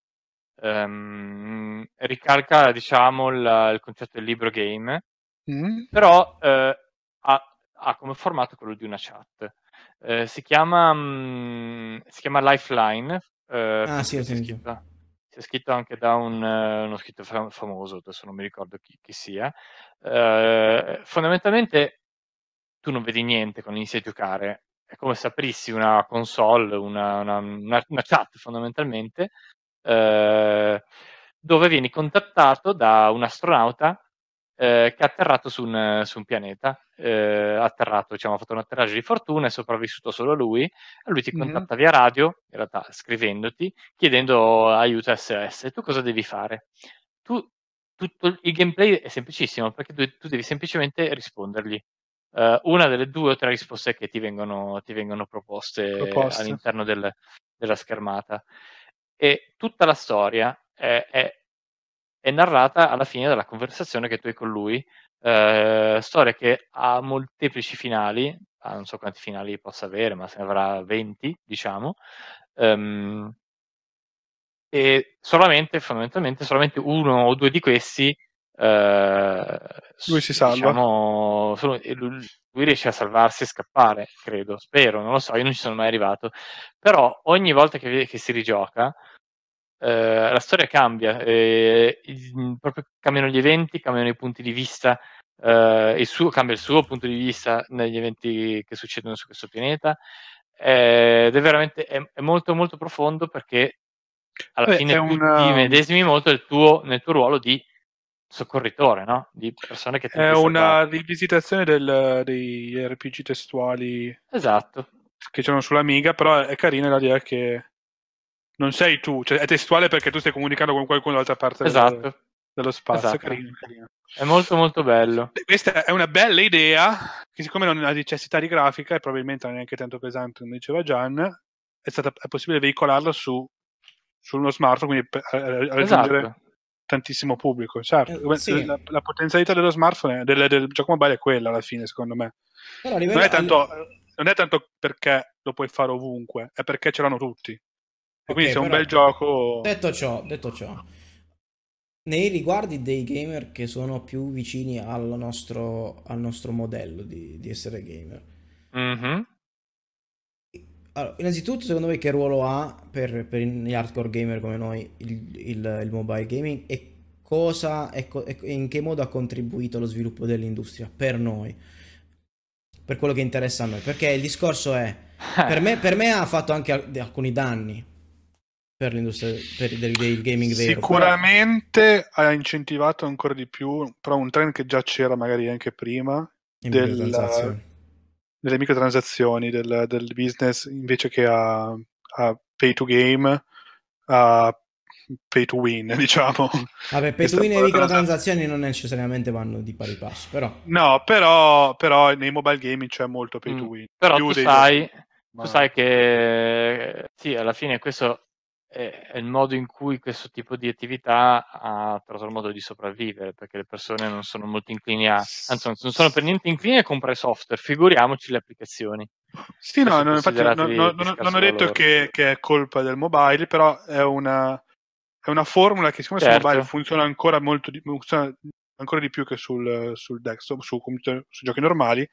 Ricalca, diciamo, il concetto del libro game,
Mm?
però ha come formato quello di una chat. Si chiama Lifeline.
Ah, sì,
Penso
ho
che
sentito.
sia scritto anche da uno scrittore famoso, adesso non mi ricordo chi sia. Fondamentalmente tu non vedi niente quando inizi a giocare, è come se aprissi una console, una chat fondamentalmente, dove vieni contattato da un astronauta che è atterrato su un pianeta, atterrato, diciamo, ha fatto un atterraggio di fortuna, è sopravvissuto solo lui, e lui ti
Mhm.
contatta via radio, in realtà scrivendoti, chiedendo aiuto SOS. Tu cosa devi fare? Tu, tutto il gameplay è semplicissimo, perché tu devi semplicemente rispondergli. Una delle 2 o 3 risposte che ti vengono proposte
Proposte.
all'interno della schermata. E tutta la storia è narrata alla fine della conversazione che tu hai con lui. Storia che ha molteplici finali, non so quanti finali possa avere, ma se ne avrà 20, diciamo. E fondamentalmente, solamente 1 o 2 di questi,
Lui si salva.
diciamo, lui riesce a salvarsi e scappare, credo, spero, non lo so, io non ci sono mai arrivato. Però ogni volta che si rigioca, la storia cambia, proprio cambiano gli eventi, cambiano i punti di vista, cambia il suo punto di vista negli eventi che succedono su questo pianeta, ed è veramente è molto molto profondo, perché alla
Vabbè, è
fine tu ti medesimi molto nel tuo ruolo di soccorritore, no? Di persona che
è
tenta di salvare.
una rivisitazione dei RPG testuali
Esatto,
che c'erano sull'Amiga, però è carina l'idea che non sei tu, cioè è testuale perché tu stai comunicando con qualcuno dall'altra parte
esatto,
dello spazio. È
esatto.
carino, carino.
È molto molto bello.
Questa è una bella idea, che siccome non ha necessità di grafica e probabilmente non è neanche tanto pesante, come diceva Gian, è possibile veicolarla su uno smartphone, quindi per raggiungere
Esatto.
tantissimo pubblico. Certo,
Sì,
la potenzialità dello smartphone, del gioco mobile è quella alla fine, secondo me.
però a
Non
livello...
è tanto, non è tanto perché lo puoi fare ovunque, è perché ce l'hanno tutti. E quindi
Ok,
se è un bel
però
gioco...
detto ciò, nei riguardi dei gamer che sono più vicini al nostro modello di essere gamer,
Mhm.
allora, innanzitutto, secondo voi che ruolo ha per gli hardcore gamer come noi il mobile gaming e e in che modo ha contribuito allo sviluppo dell'industria per noi, per quello che interessa a noi? Perché il discorso è, per me ha fatto anche alcuni danni per l'industria del gaming vero, però
Sicuramente ha incentivato ancora di più, però un trend che già c'era magari anche prima,
le microtransazioni.
delle microtransazioni, del business invece che a pay to game, a pay to win, diciamo.
Vabbè, pay to
Questa è un
win e
po' la transazione.
microtransazioni non necessariamente vanno di pari passo, però...
No, però nei mobile gaming c'è molto pay to win,
Però
più dei giochi
tu
normali.
sai che sì, alla fine questo è il modo in cui questo tipo di attività ha trovato il modo di sopravvivere, perché le persone non sono molto inclini anzi, non sono per niente inclini a comprare software, figuriamoci le applicazioni,
Sì,
che
no,
sono
no, infatti
considerate di
non ho
scarso
detto
valore.
che è colpa del mobile, però è una formula che siccome su mobile
Certo.
funziona ancora funziona ancora di più che sul desktop, su computer, su giochi normali,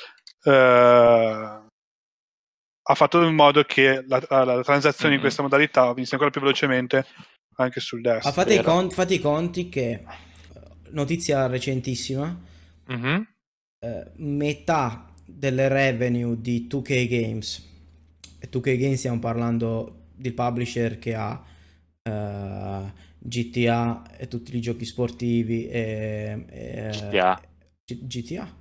ha fatto in modo che la transazione in
Mm-mm.
questa modalità venisse ancora più velocemente anche sul
Ah,
desktop.
Vero.
fate i conti che, notizia recentissima,
Mhm.
metà delle revenue di 2K Games, e 2K Games stiamo parlando del publisher che ha GTA e tutti i giochi sportivi
GTA.
GTA?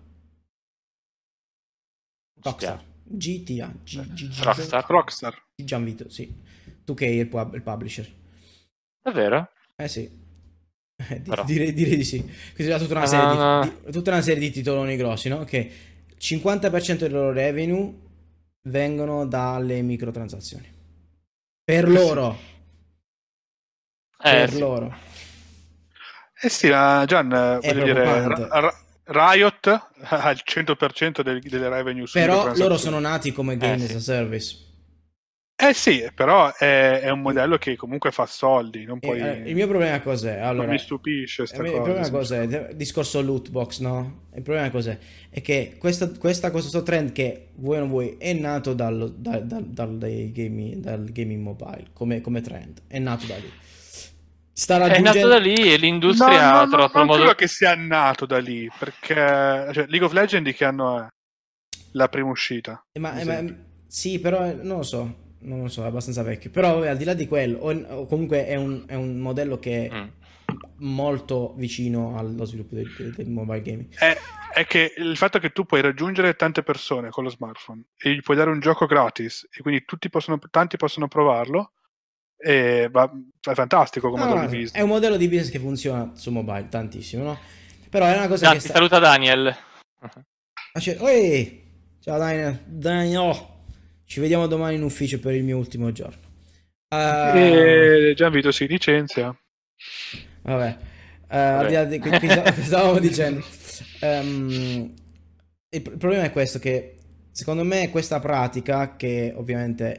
Rockstar.
GTA.
GTA.
Rockstar.
Rockstar.
Gianvito, sì. 2K è il publisher.
Davvero?
Eh sì.
Però.
Direi di sì. Quindi c'è
No, no, no.
tutta una serie di titoloni grossi, no? Che il 50% dei loro revenue vengono dalle microtransazioni. Per
Eh sì.
loro. Per
Sì.
loro.
Eh sì, ma Gian,
È
voglio dire,
preoccupante.
Riot ha il 100% delle revenue su
Però loro sono
microtransazioni.
nati come game as
Sì.
a service.
Sì, però è un modello che comunque fa soldi, non puoi...
Il mio problema cos'è? Allora,
non mi stupisce sta
il
cosa,
problema cos'è?
sinceramente.
Il discorso loot box, no? Il problema cos'è? È che questo trend che vuoi o non vuoi è nato dal gaming mobile come trend, è nato da lì. Sta
È nato da
raggiungendo...
lì e l'industria ha trovato
non
il modo...
credo che sia nato da lì, perché cioè, League of Legends di che anno è la prima uscita? ad esempio?
Sì, però non lo so, non lo so, è abbastanza vecchio. Però vabbè, al di là di quello, o comunque è un modello che è
Mm.
molto vicino allo sviluppo del mobile gaming.
È che il fatto che tu puoi raggiungere tante persone con lo smartphone e gli puoi dare un gioco gratis e quindi tanti possono provarlo, è fantastico come
No,
modello di
no, è
business.
un modello di business che funziona su mobile tantissimo, no? Però è una cosa
Ah,
che
ti saluta Daniel.
Oi! Ciao Daniel, ci vediamo domani in ufficio per il mio ultimo giorno.
E Gianvito si licenzia.
Vabbè, al di là di stavamo dicendo. Il problema è questo, che secondo me questa pratica, che ovviamente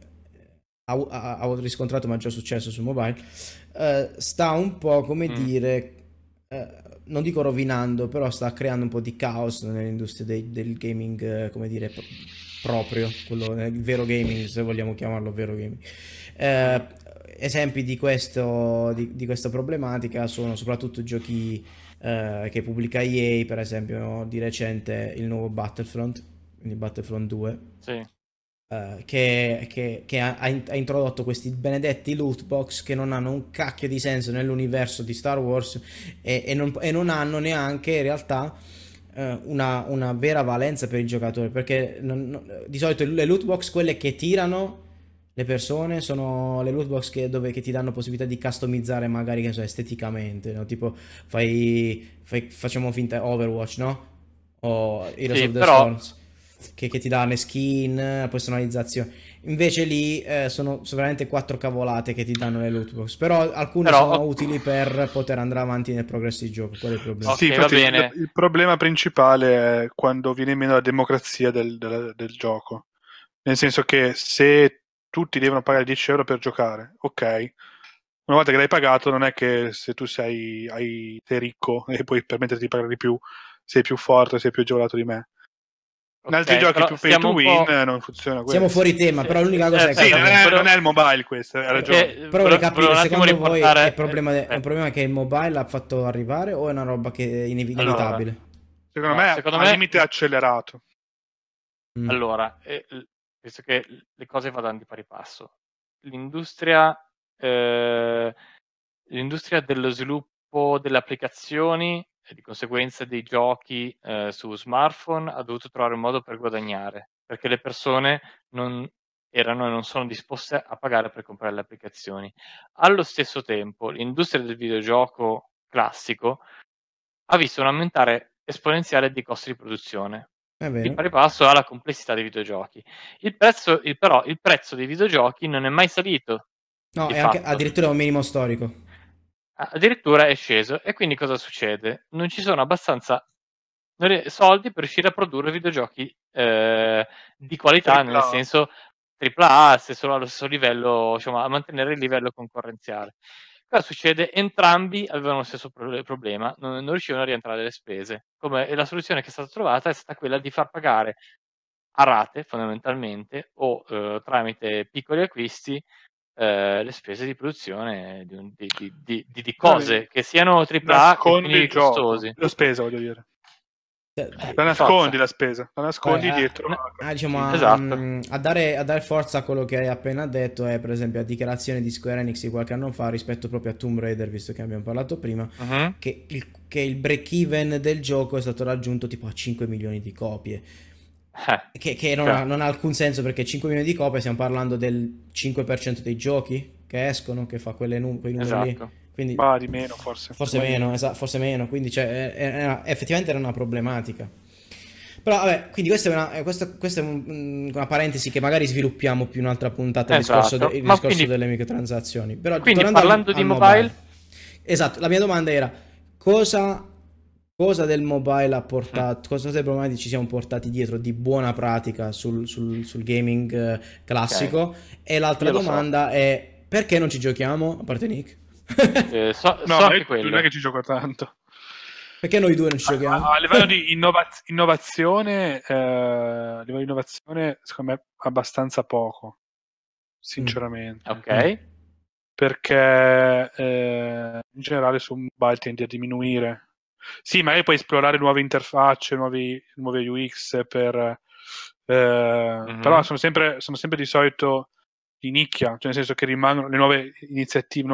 ha riscontrato maggior successo su mobile, sta un po', come dire, non dico rovinando, però sta creando un po' di caos nell'industria del gaming, come dire, proprio, quello, il vero gaming, se vogliamo chiamarlo vero gaming. Esempi di questa problematica sono soprattutto giochi che pubblica EA, per esempio di recente il nuovo Battlefront, quindi Battlefront 2,
Sì.
che ha introdotto questi benedetti loot box che non hanno un cacchio di senso nell'universo di Star Wars e non hanno neanche in realtà una vera valenza per il giocatore, perché di solito le loot box, quelle che tirano le persone, sono le loot box che ti danno possibilità di customizzare magari, che so, esteticamente, no? Tipo facciamo finta Overwatch, no? O Heroes
Sì,
of the
però
Storms, che ti dà le skin, personalizzazione. Invece lì sono veramente quattro cavolate che ti danno le loot box, però alcune sono utili per poter andare avanti nel progresso di gioco. Qual è il problema?
Sì,
ok, va
infatti
bene.
il problema principale è quando viene meno la democrazia del gioco. Nel senso che se tutti devono pagare 10 euro per giocare, ok. Una volta che l'hai pagato, non è che se tu sei ricco e puoi permetterti di pagare di più, sei più forte, sei più agevolato di me. In altri
Ok,
giochi
però
più pay to
stiamo un
win
po'...
non funziona
Siamo
questo.
fuori tema, però l'unica cosa è
Sì,
che
Aspetta,
non è il mobile questo, hai ragione.
perché
però vorrei
volevo
capire,
un attimo
secondo voi è,
riportare...
è un problema che il mobile ha fatto arrivare o è una roba che è
allora,
inevitabile?
Secondo
no,
me
secondo
al
me...
limite è accelerato.
Allora, penso che le cose vadano di pari passo. L'industria, eh, l'industria dello sviluppo delle applicazioni e di conseguenza dei giochi su smartphone ha dovuto trovare un modo per guadagnare, perché le persone non erano e non sono disposte a pagare per comprare le applicazioni. Allo stesso tempo, l'industria del videogioco classico ha visto un aumentare esponenziale di costi di produzione,
È
di
vero.
pari passo alla complessità dei videogiochi. Però il prezzo dei videogiochi non è mai salito,
No,
di
è anche
fatto.
addirittura un minimo storico.
Addirittura è sceso. E quindi cosa succede? Non ci sono abbastanza soldi per riuscire a produrre videogiochi di qualità, nel
AAA.
senso AAA, allo stesso livello, diciamo, a mantenere il livello concorrenziale. Cosa succede? Entrambi avevano lo stesso problema, non riuscivano a rientrare le spese. E la soluzione che è stata trovata è stata quella di far pagare a rate, fondamentalmente, o tramite piccoli acquisti, le spese di produzione di
Bravi.
cose che siano AAA e
Nascondi il
quindi
gioco,
costosi.
la spesa voglio dire. La
Per forza.
nascondi la spesa, la nascondi
Vabbè,
dietro a
diciamo,
cartoncini.
Esatto.
a dare forza a quello che hai appena detto è per esempio la dichiarazione di Square Enix di qualche anno fa rispetto proprio a Tomb Raider, visto che abbiamo parlato prima,
Mhm.
che il break-even del gioco è stato raggiunto tipo a 5 milioni di copie. Che non
cioè,
ha alcun senso, perché 5 milioni di copie stiamo parlando del 5% dei giochi che escono, che fa quei numeri lì.
esatto.
Quindi
Ma di meno forse.
forse meno, forse meno, quindi cioè, effettivamente era una problematica. Però vabbè, quindi questa è una parentesi che magari sviluppiamo più in un'altra puntata,
Esatto.
il
Ma
discorso
quindi,
delle microtransazioni. Però
quindi
tornando
parlando di
al
mobile,
mobile, esatto, la mia domanda era cosa cosa del mobile ha portato, cosa del mobile ci siamo portati dietro di buona pratica sul gaming
Ok,
classico? E l'altra
io lo so.
domanda è perché non ci giochiamo, a parte Nick?
So
No, ma io
anche
non è che
quello.
ci gioco tanto.
Perché noi due non ci giochiamo?
A livello di innovazione, secondo me abbastanza poco,
Mm.
sinceramente.
Ok.
Mm.
Perché in generale su mobile tendi a diminuire. Sì, magari puoi esplorare nuove interfacce, nuove UX però
Mhm.
sono sempre di solito di nicchia, cioè nel senso che rimangono le nuove iniziative,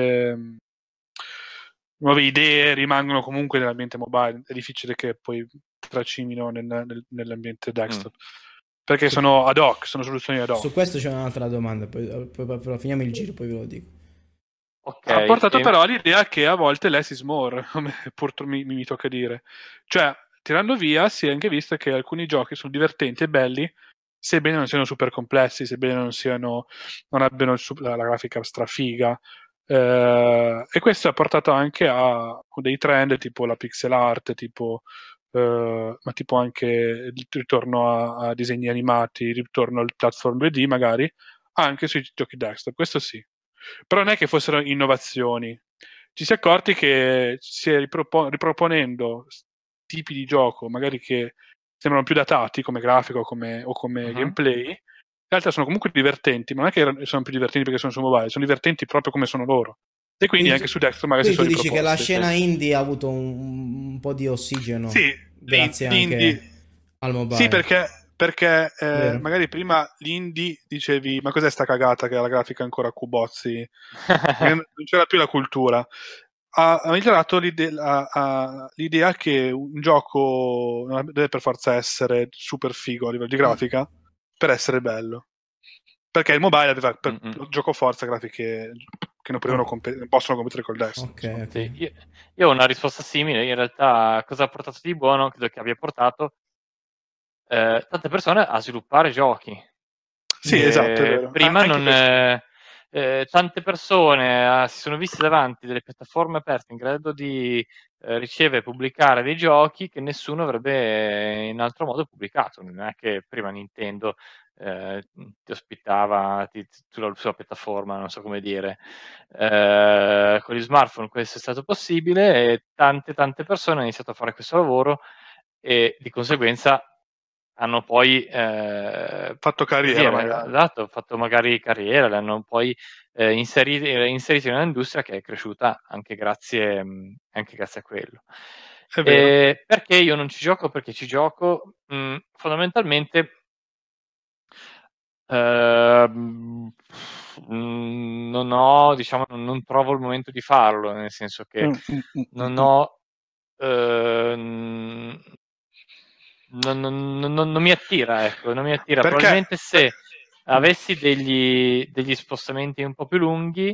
nuove idee rimangono comunque nell'ambiente mobile. È difficile che poi tracimino nell'ambiente
Mm.
desktop perché
Su,
sono ad hoc, sono soluzioni ad
su
hoc.
questo c'è un'altra domanda, però finiamo il giro, poi ve lo dico.
Ok.
Ha portato però all'idea che a volte less is more, come purtroppo mi tocca dire. Cioè, tirando via, si è anche visto che alcuni giochi sono divertenti e belli, sebbene non siano super complessi, sebbene non abbiano la grafica strafiga. E questo ha portato anche a dei trend tipo la pixel art, ma tipo anche il ritorno a disegni animati, il ritorno al platform 2D magari, anche sui giochi desktop. Questo sì. Però non è che fossero innovazioni. Ci si è accorti che si è riproponendo tipi di gioco, magari che sembrano più datati come grafico o come
Mhm.
gameplay, in realtà sono comunque divertenti, ma non è che sono più divertenti perché sono su mobile, sono divertenti proprio come sono loro. E quindi
Quindi
anche
tu,
su desktop magari si
quindi tu
sono
dici che la
riproposti.
Sì.
scena indie ha avuto un po' di ossigeno
Sì,
grazie
l'indie.
anche al
Sì,
mobile,
perché
vero?
magari prima l'indie dicevi, ma cos'è sta cagata che ha la grafica ancora a cubozzi? Perché non c'era più la cultura. Ha migliorato l'idea che un gioco non deve per forza essere super figo a livello di
Mm.
grafica per essere bello. Perché il mobile aveva per
Mm-mm.
gioco forza grafiche che
Ok,
non possono competere col desktop,
ok,
insomma.
ok.
Sì, io ho una risposta simile. In realtà, cosa ha portato di buono? Credo che abbia portato tante persone a sviluppare giochi.
Sì, esatto, è vero.
Prima
Anche
non,
questo.
tante persone si sono viste davanti delle piattaforme aperte in grado di ricevere e pubblicare dei giochi che nessuno avrebbe in altro modo pubblicato. Non è che prima Nintendo ti ospitava sulla sua piattaforma, non so come dire. Con gli smartphone questo è stato possibile e tante persone hanno iniziato a fare questo lavoro e di conseguenza hanno poi
Fatto
come
carriera,
dire,
magari.
esatto, fatto magari carriera, le hanno poi inseriti in un'industria che è cresciuta anche grazie a quello.
È vero.
Perché io non ci gioco? Perché ci gioco fondamentalmente Ehm, non ho diciamo, non trovo il momento di farlo, nel senso che non
Mm.
ho ehm, non mi attira, ecco, non mi attira.
Perché?
Probabilmente se avessi degli spostamenti un po' più lunghi,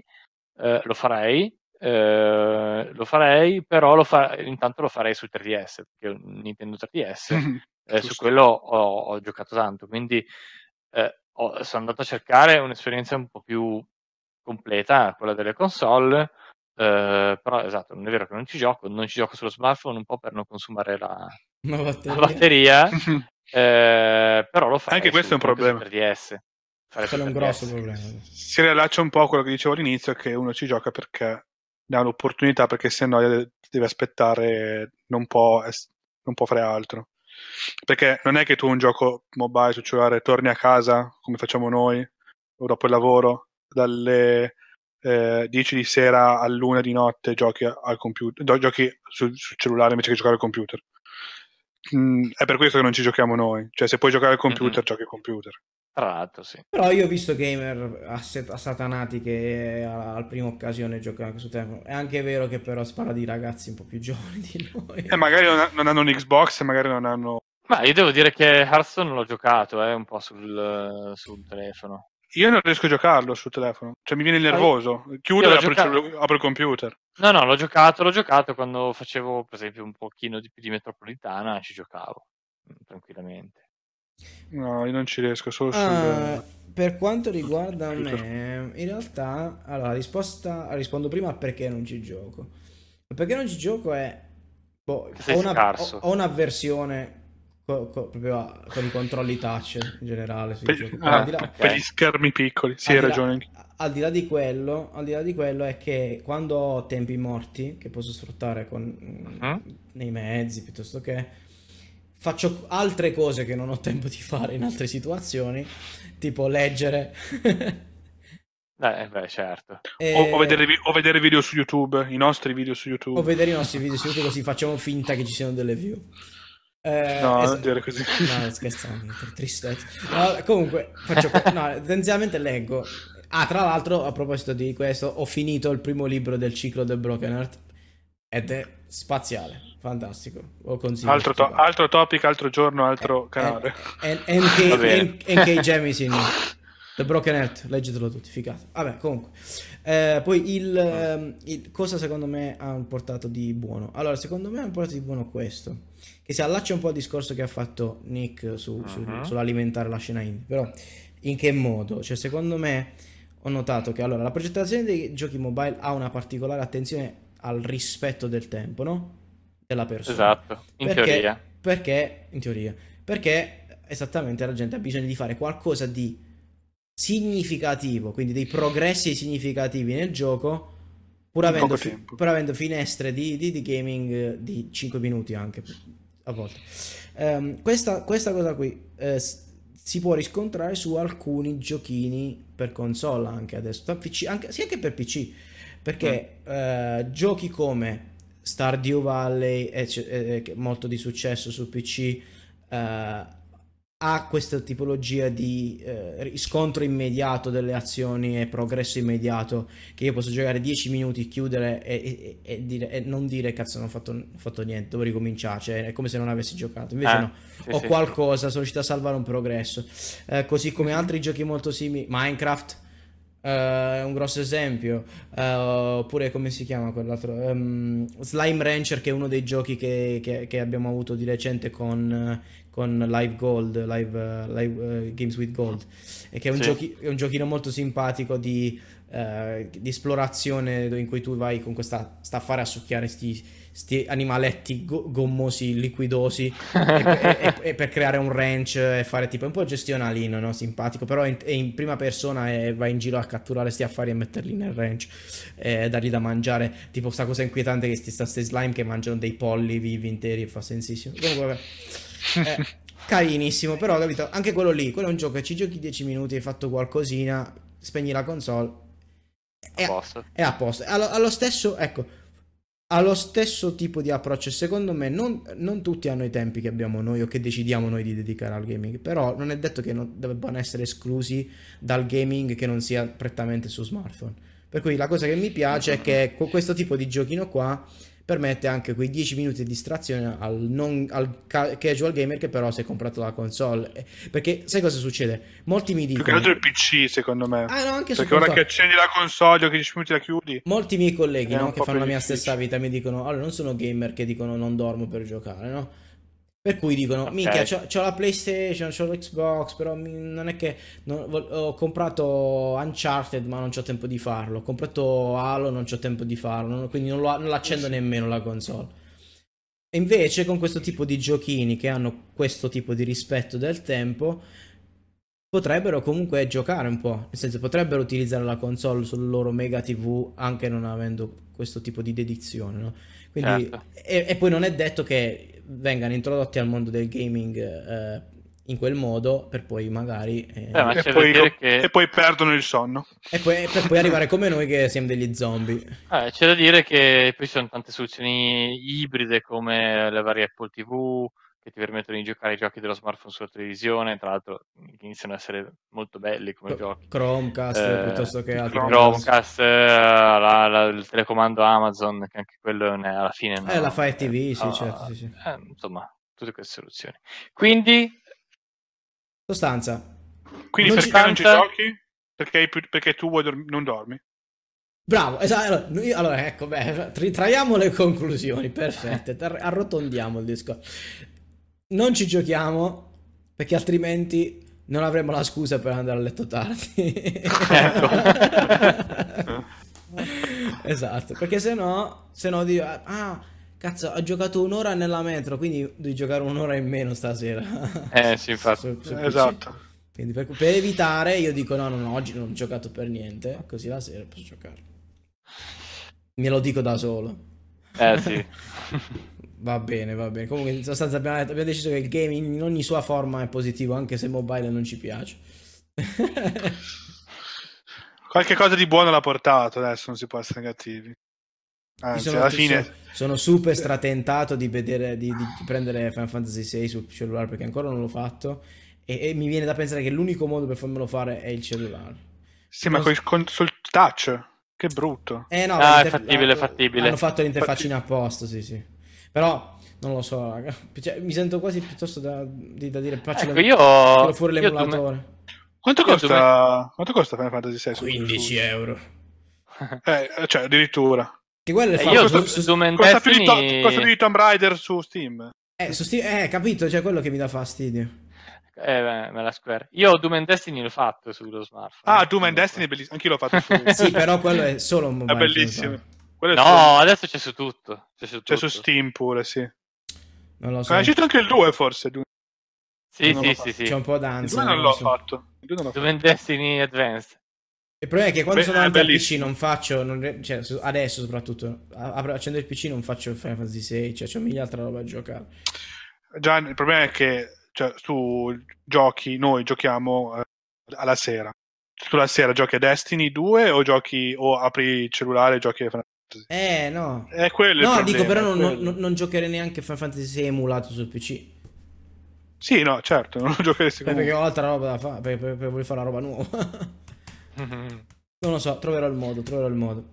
lo farei, però intanto lo farei sul 3DS, perché ho un Nintendo 3DS, su
Giusto.
quello ho giocato tanto, quindi sono andato a cercare un'esperienza un po' più completa, quella delle console, però esatto, non è vero che non ci gioco sullo smartphone un po' per non consumare la,
Una
la
batteria?
batteria, però lo
Anche
farei
questo è un
anche sul
problema.
3DS. Farei sul
Quello è un grosso
3DS.
problema.
Si riallaccia un po' a quello che dicevo all'inizio, che uno ci gioca perché ne ha l'opportunità, perché se no deve aspettare, non può fare altro. Perché non è che tu un gioco mobile sul cellulare torni a casa, come facciamo noi, o dopo il lavoro, dalle 10 di sera all'1 di notte giochi al computer, giochi sul cellulare invece che giocare al computer. È per questo che non ci giochiamo noi. Cioè, se puoi giocare al
Mm-mm.
computer, giochi al computer.
Tra l'altro, sì.
Però io ho visto gamer assatanati che al prima occasione giocano anche su telefono. È anche vero che però si parla di ragazzi un po' più giovani di
E
noi.
magari non hanno un Xbox, e magari non hanno.
Ma io devo dire che Hearthstone l'ho giocato, un po' sul telefono.
Io non riesco a giocarlo sul telefono, cioè mi viene
No,
nervoso.
io
Chiudo e
l'ho giocato.
apro il computer.
No, no, l'ho giocato quando facevo, per esempio, un pochino di più di metropolitana, ci giocavo tranquillamente.
No, io non ci riesco, solo
Ah, per quanto
sul
riguarda
computer.
me, in realtà, allora, rispondo prima a perché non ci gioco. Il perché non ci gioco è Boh,
Che sei scarso.
ho un'avversione proprio con i controlli touch in generale sui giochi. Però al di là,
ok.
Per gli schermi piccoli, sì,
al
hai
di là-
ragione.
al di là di quello è che quando ho tempi morti che posso sfruttare
Mhm.
nei mezzi piuttosto che faccio altre cose che non ho tempo di fare in altre situazioni, tipo leggere.
Beh, certo.
O
E-
vedere video su YouTube, i nostri video su
o
YouTube.
vedere i nostri video su YouTube così facciamo finta che ci siano delle view.
No, non dire così.
No, scherzando, tristezza. No, comunque, no, tendenzialmente leggo. Ah, tra l'altro, a proposito di questo, ho finito il primo libro del ciclo del Broken Heart ed è spaziale, fantastico. Lo consiglio. a tutti quanti.
Altro topic, altro giorno, altro canale.
Va bene.
NK Jemisin, The Broken Heart, leggetelo tutti, figato. Vabbè, comunque. Poi cosa secondo me ha portato di buono? Allora, secondo me ha portato di buono questo, che si allaccia un po' al discorso che ha fatto Nick sull'alimentare la scena indie, però in che modo? Cioè, secondo me ho notato che allora la progettazione dei giochi mobile ha una particolare attenzione al rispetto del tempo, no? Della persona.
Esatto, in teoria.
Perché, in teoria, perché esattamente la gente ha bisogno di fare qualcosa di significativo, quindi dei progressi significativi nel gioco, pur
In
avendo,
poco tempo.
pur avendo finestre di gaming di 5 minuti anche a volte. Questa cosa qui si può riscontrare su alcuni giochini per console anche adesso, PC, anche per PC, perché giochi come Stardew Valley, molto di successo su PC, ha questa tipologia di riscontro immediato delle azioni e progresso immediato, che io posso giocare 10 minuti, chiudere e non dire cazzo non ho fatto niente, devo ricominciare, cioè è come se non avessi giocato. Invece no,
Sì,
ho
sì,
qualcosa, sono riuscito a salvare un progresso. Così come altri giochi molto simili, Minecraft è un grosso esempio, oppure come si chiama quell'altro, Slime Rancher, che è uno dei giochi che abbiamo avuto di recente con Live Gold, Games with Gold, e che è è un giochino molto simpatico di esplorazione, in cui tu vai con questa staffare a succhiare sti animaletti gommosi, liquidosi, e per creare un ranch e fare tipo un po' gestionalino, no? Simpatico, però è in prima persona e vai in giro a catturare sti affari e metterli nel ranch e dargli da mangiare, tipo sta cosa inquietante che sti slime che mangiano dei polli vivi interi e fa sensissimo. Comunque vabbè. Carinissimo, però capito, anche quello è un gioco che ci giochi 10 minuti, hai fatto qualcosina, spegni la console
a posto.
è a posto. Allo stesso, ecco, allo stesso tipo di approccio, secondo me non tutti hanno i tempi che abbiamo noi o che decidiamo noi di dedicare al gaming, però non è detto che non debbano essere esclusi dal gaming che non sia prettamente su smartphone. Per cui la cosa che mi piace è che questo tipo di giochino qua permette anche quei 10 minuti di distrazione al casual gamer che però si è comprato la console. Perché sai cosa succede? Molti mi
Più che
dicono...
altro il PC, secondo me.
Ah, no, anche su
Perché ora
console.
che accendi la console, che 10 minuti la chiudi.
Molti miei colleghi,
È un
no, che
po'
fanno la
più
mia
difficile.
stessa vita, mi dicono, allora non sono gamer che dicono non dormo per giocare, no? Per cui dicono,
Ok.
minchia, c'ho la PlayStation, c'ho l'Xbox, però non è che ho comprato Uncharted, ma non c'ho tempo di farlo. Ho comprato Halo, non c'ho tempo di farlo, quindi non l'accendo nemmeno la console. E invece con questo tipo di giochini che hanno questo tipo di rispetto del tempo potrebbero comunque giocare un po', nel senso potrebbero utilizzare la console sul loro Mega TV anche non avendo questo tipo di dedizione, no? Quindi,
Certo.
e poi non è detto che vengano introdotti al mondo del gaming in quel modo per poi magari
Ma
E
c'è da
poi,
dire che
e poi perdono il sonno.
e poi, per poi arrivare come noi che siamo degli zombie.
c'è da dire che poi ci sono tante soluzioni ibride come le varie Apple TV che ti permettono di giocare ai giochi dello smartphone sulla televisione, tra l'altro che iniziano a essere molto belli come giochi.
Chromecast piuttosto che altri
Chromecast, il telecomando Amazon, che anche quello alla fine
la Fire TV, sì, certo, sì, sì.
insomma, tutte queste soluzioni. Quindi,
Sostanza,
Quindi
non
perché non ci
Sostanza-
giochi? Perché tu non dormi.
bravo, esatto. Allora, ecco, beh, traiamo le conclusioni, perfette, arrotondiamo il discorso. Non ci giochiamo perché altrimenti non avremo la scusa per andare a letto tardi.
Ecco.
Esatto, perché se no cazzo, ho giocato un'ora nella metro, quindi devi giocare un'ora in meno stasera.
Sì, infatti.
Su PC.
Esatto.
Quindi per evitare, io dico no, oggi non ho giocato per niente, così la sera posso giocare. Me lo dico da solo.
Sì.
Va bene. Comunque, in sostanza abbiamo deciso che il gaming in ogni sua forma è positivo, anche se mobile non ci piace.
Qualche cosa di buono l'ha portato, adesso non si può essere negativi. Anzi, alla fine...
Sono super stratentato di vedere, di prendere Final Fantasy VI sul cellulare, perché ancora non l'ho fatto. E mi viene da pensare che l'unico modo per farmelo fare è il cellulare.
Sì, ma sul touch, che brutto.
No,
è fattibile.
Hanno fatto l'interfaccina apposta, sì. Però non lo so, raga. Cioè, mi sento quasi piuttosto da dire
io
fuori l'emulatore.
Quanto costa Final Fantasy VI?
15 euro.
Cioè, addirittura.
Che quello è
costa più di Tomb Raider su Steam.
Su Steam, capito, cioè quello che mi dà fastidio.
Me la Square. Io Doom and Destiny l'ho fatto sullo smartphone.
Doom and Destiny è bellissimo, anch'io l'ho fatto su.
Sì, però quello è solo un mobile.
È bellissimo.
Adesso c'è su tutto.
C'è su Steam pure, sì.
Non lo so.
È uscito anche il 2 forse.
Sì.
C'è un po' d'ansia.
Il 2 non l'ho fatto.
Doom and Destiny Advanced.
Il problema è che quando sono davanti al PC non faccio, cioè adesso soprattutto, accendo il PC non faccio Final Fantasy 6, cioè c'ho mille altre roba da giocare.
Già, il problema è che su giochi, noi giochiamo alla sera. Tu la sera giochi a Destiny 2 o apri il cellulare e giochi a Final Fantasy?
No.
È quello il problema.
Dico, però non giocherei neanche Final Fantasy 6 emulato sul PC.
Sì, no, certo, non lo giocheresti comunque.
Perché ho altra roba da fare, per voler fare una roba nuova. Non lo so, troverò il modo.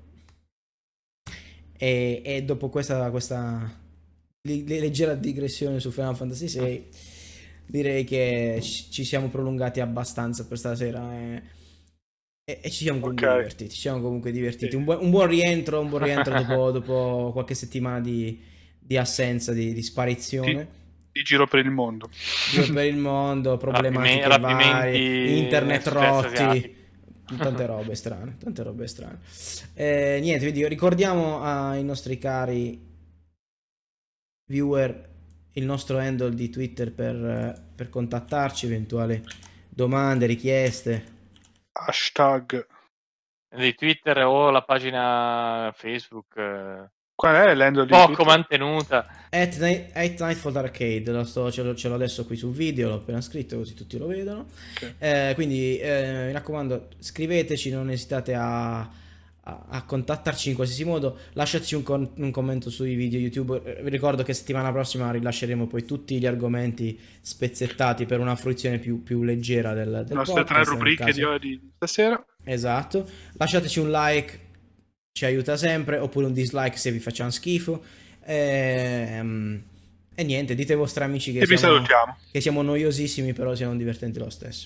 E dopo questa leggera digressione su Final Fantasy VI, direi che ci siamo prolungati abbastanza per stasera e ci siamo comunque divertiti.
Sì.
Un buon rientro dopo qualche settimana di assenza, di sparizione.
Di giro per il mondo.
Problematiche varie, internet rotti, tante robe strane. Niente, quindi ricordiamo ai nostri cari viewer il nostro handle di Twitter per contattarci, eventuali domande, richieste.
Hashtag
di Twitter o la pagina Facebook.
Qual è l'handle di
Poco mantenuta.
At Nightfall Arcade, ce l'ho adesso qui sul video, l'ho appena scritto così tutti lo vedono. Okay. Quindi mi raccomando, scriveteci, non esitate a contattarci in qualsiasi modo, lasciateci un commento sui video YouTube. Vi ricordo che settimana prossima rilasceremo poi tutti gli argomenti spezzettati per una fruizione più leggera del
nostre
podcast,
3 rubriche di stasera.
Esatto, lasciateci un like, ci aiuta sempre, oppure un dislike se vi facciamo schifo. E niente, dite ai vostri amici che siamo noiosissimi, però siamo divertenti lo stesso.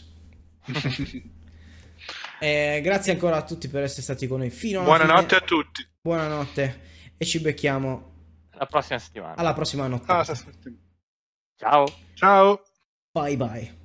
Grazie ancora a tutti per essere stati con noi fino alla fine.
Buonanotte a tutti.
Buonanotte e ci becchiamo
la prossima settimana.
Alla prossima nottata.
Ciao.
Ciao.
Bye bye.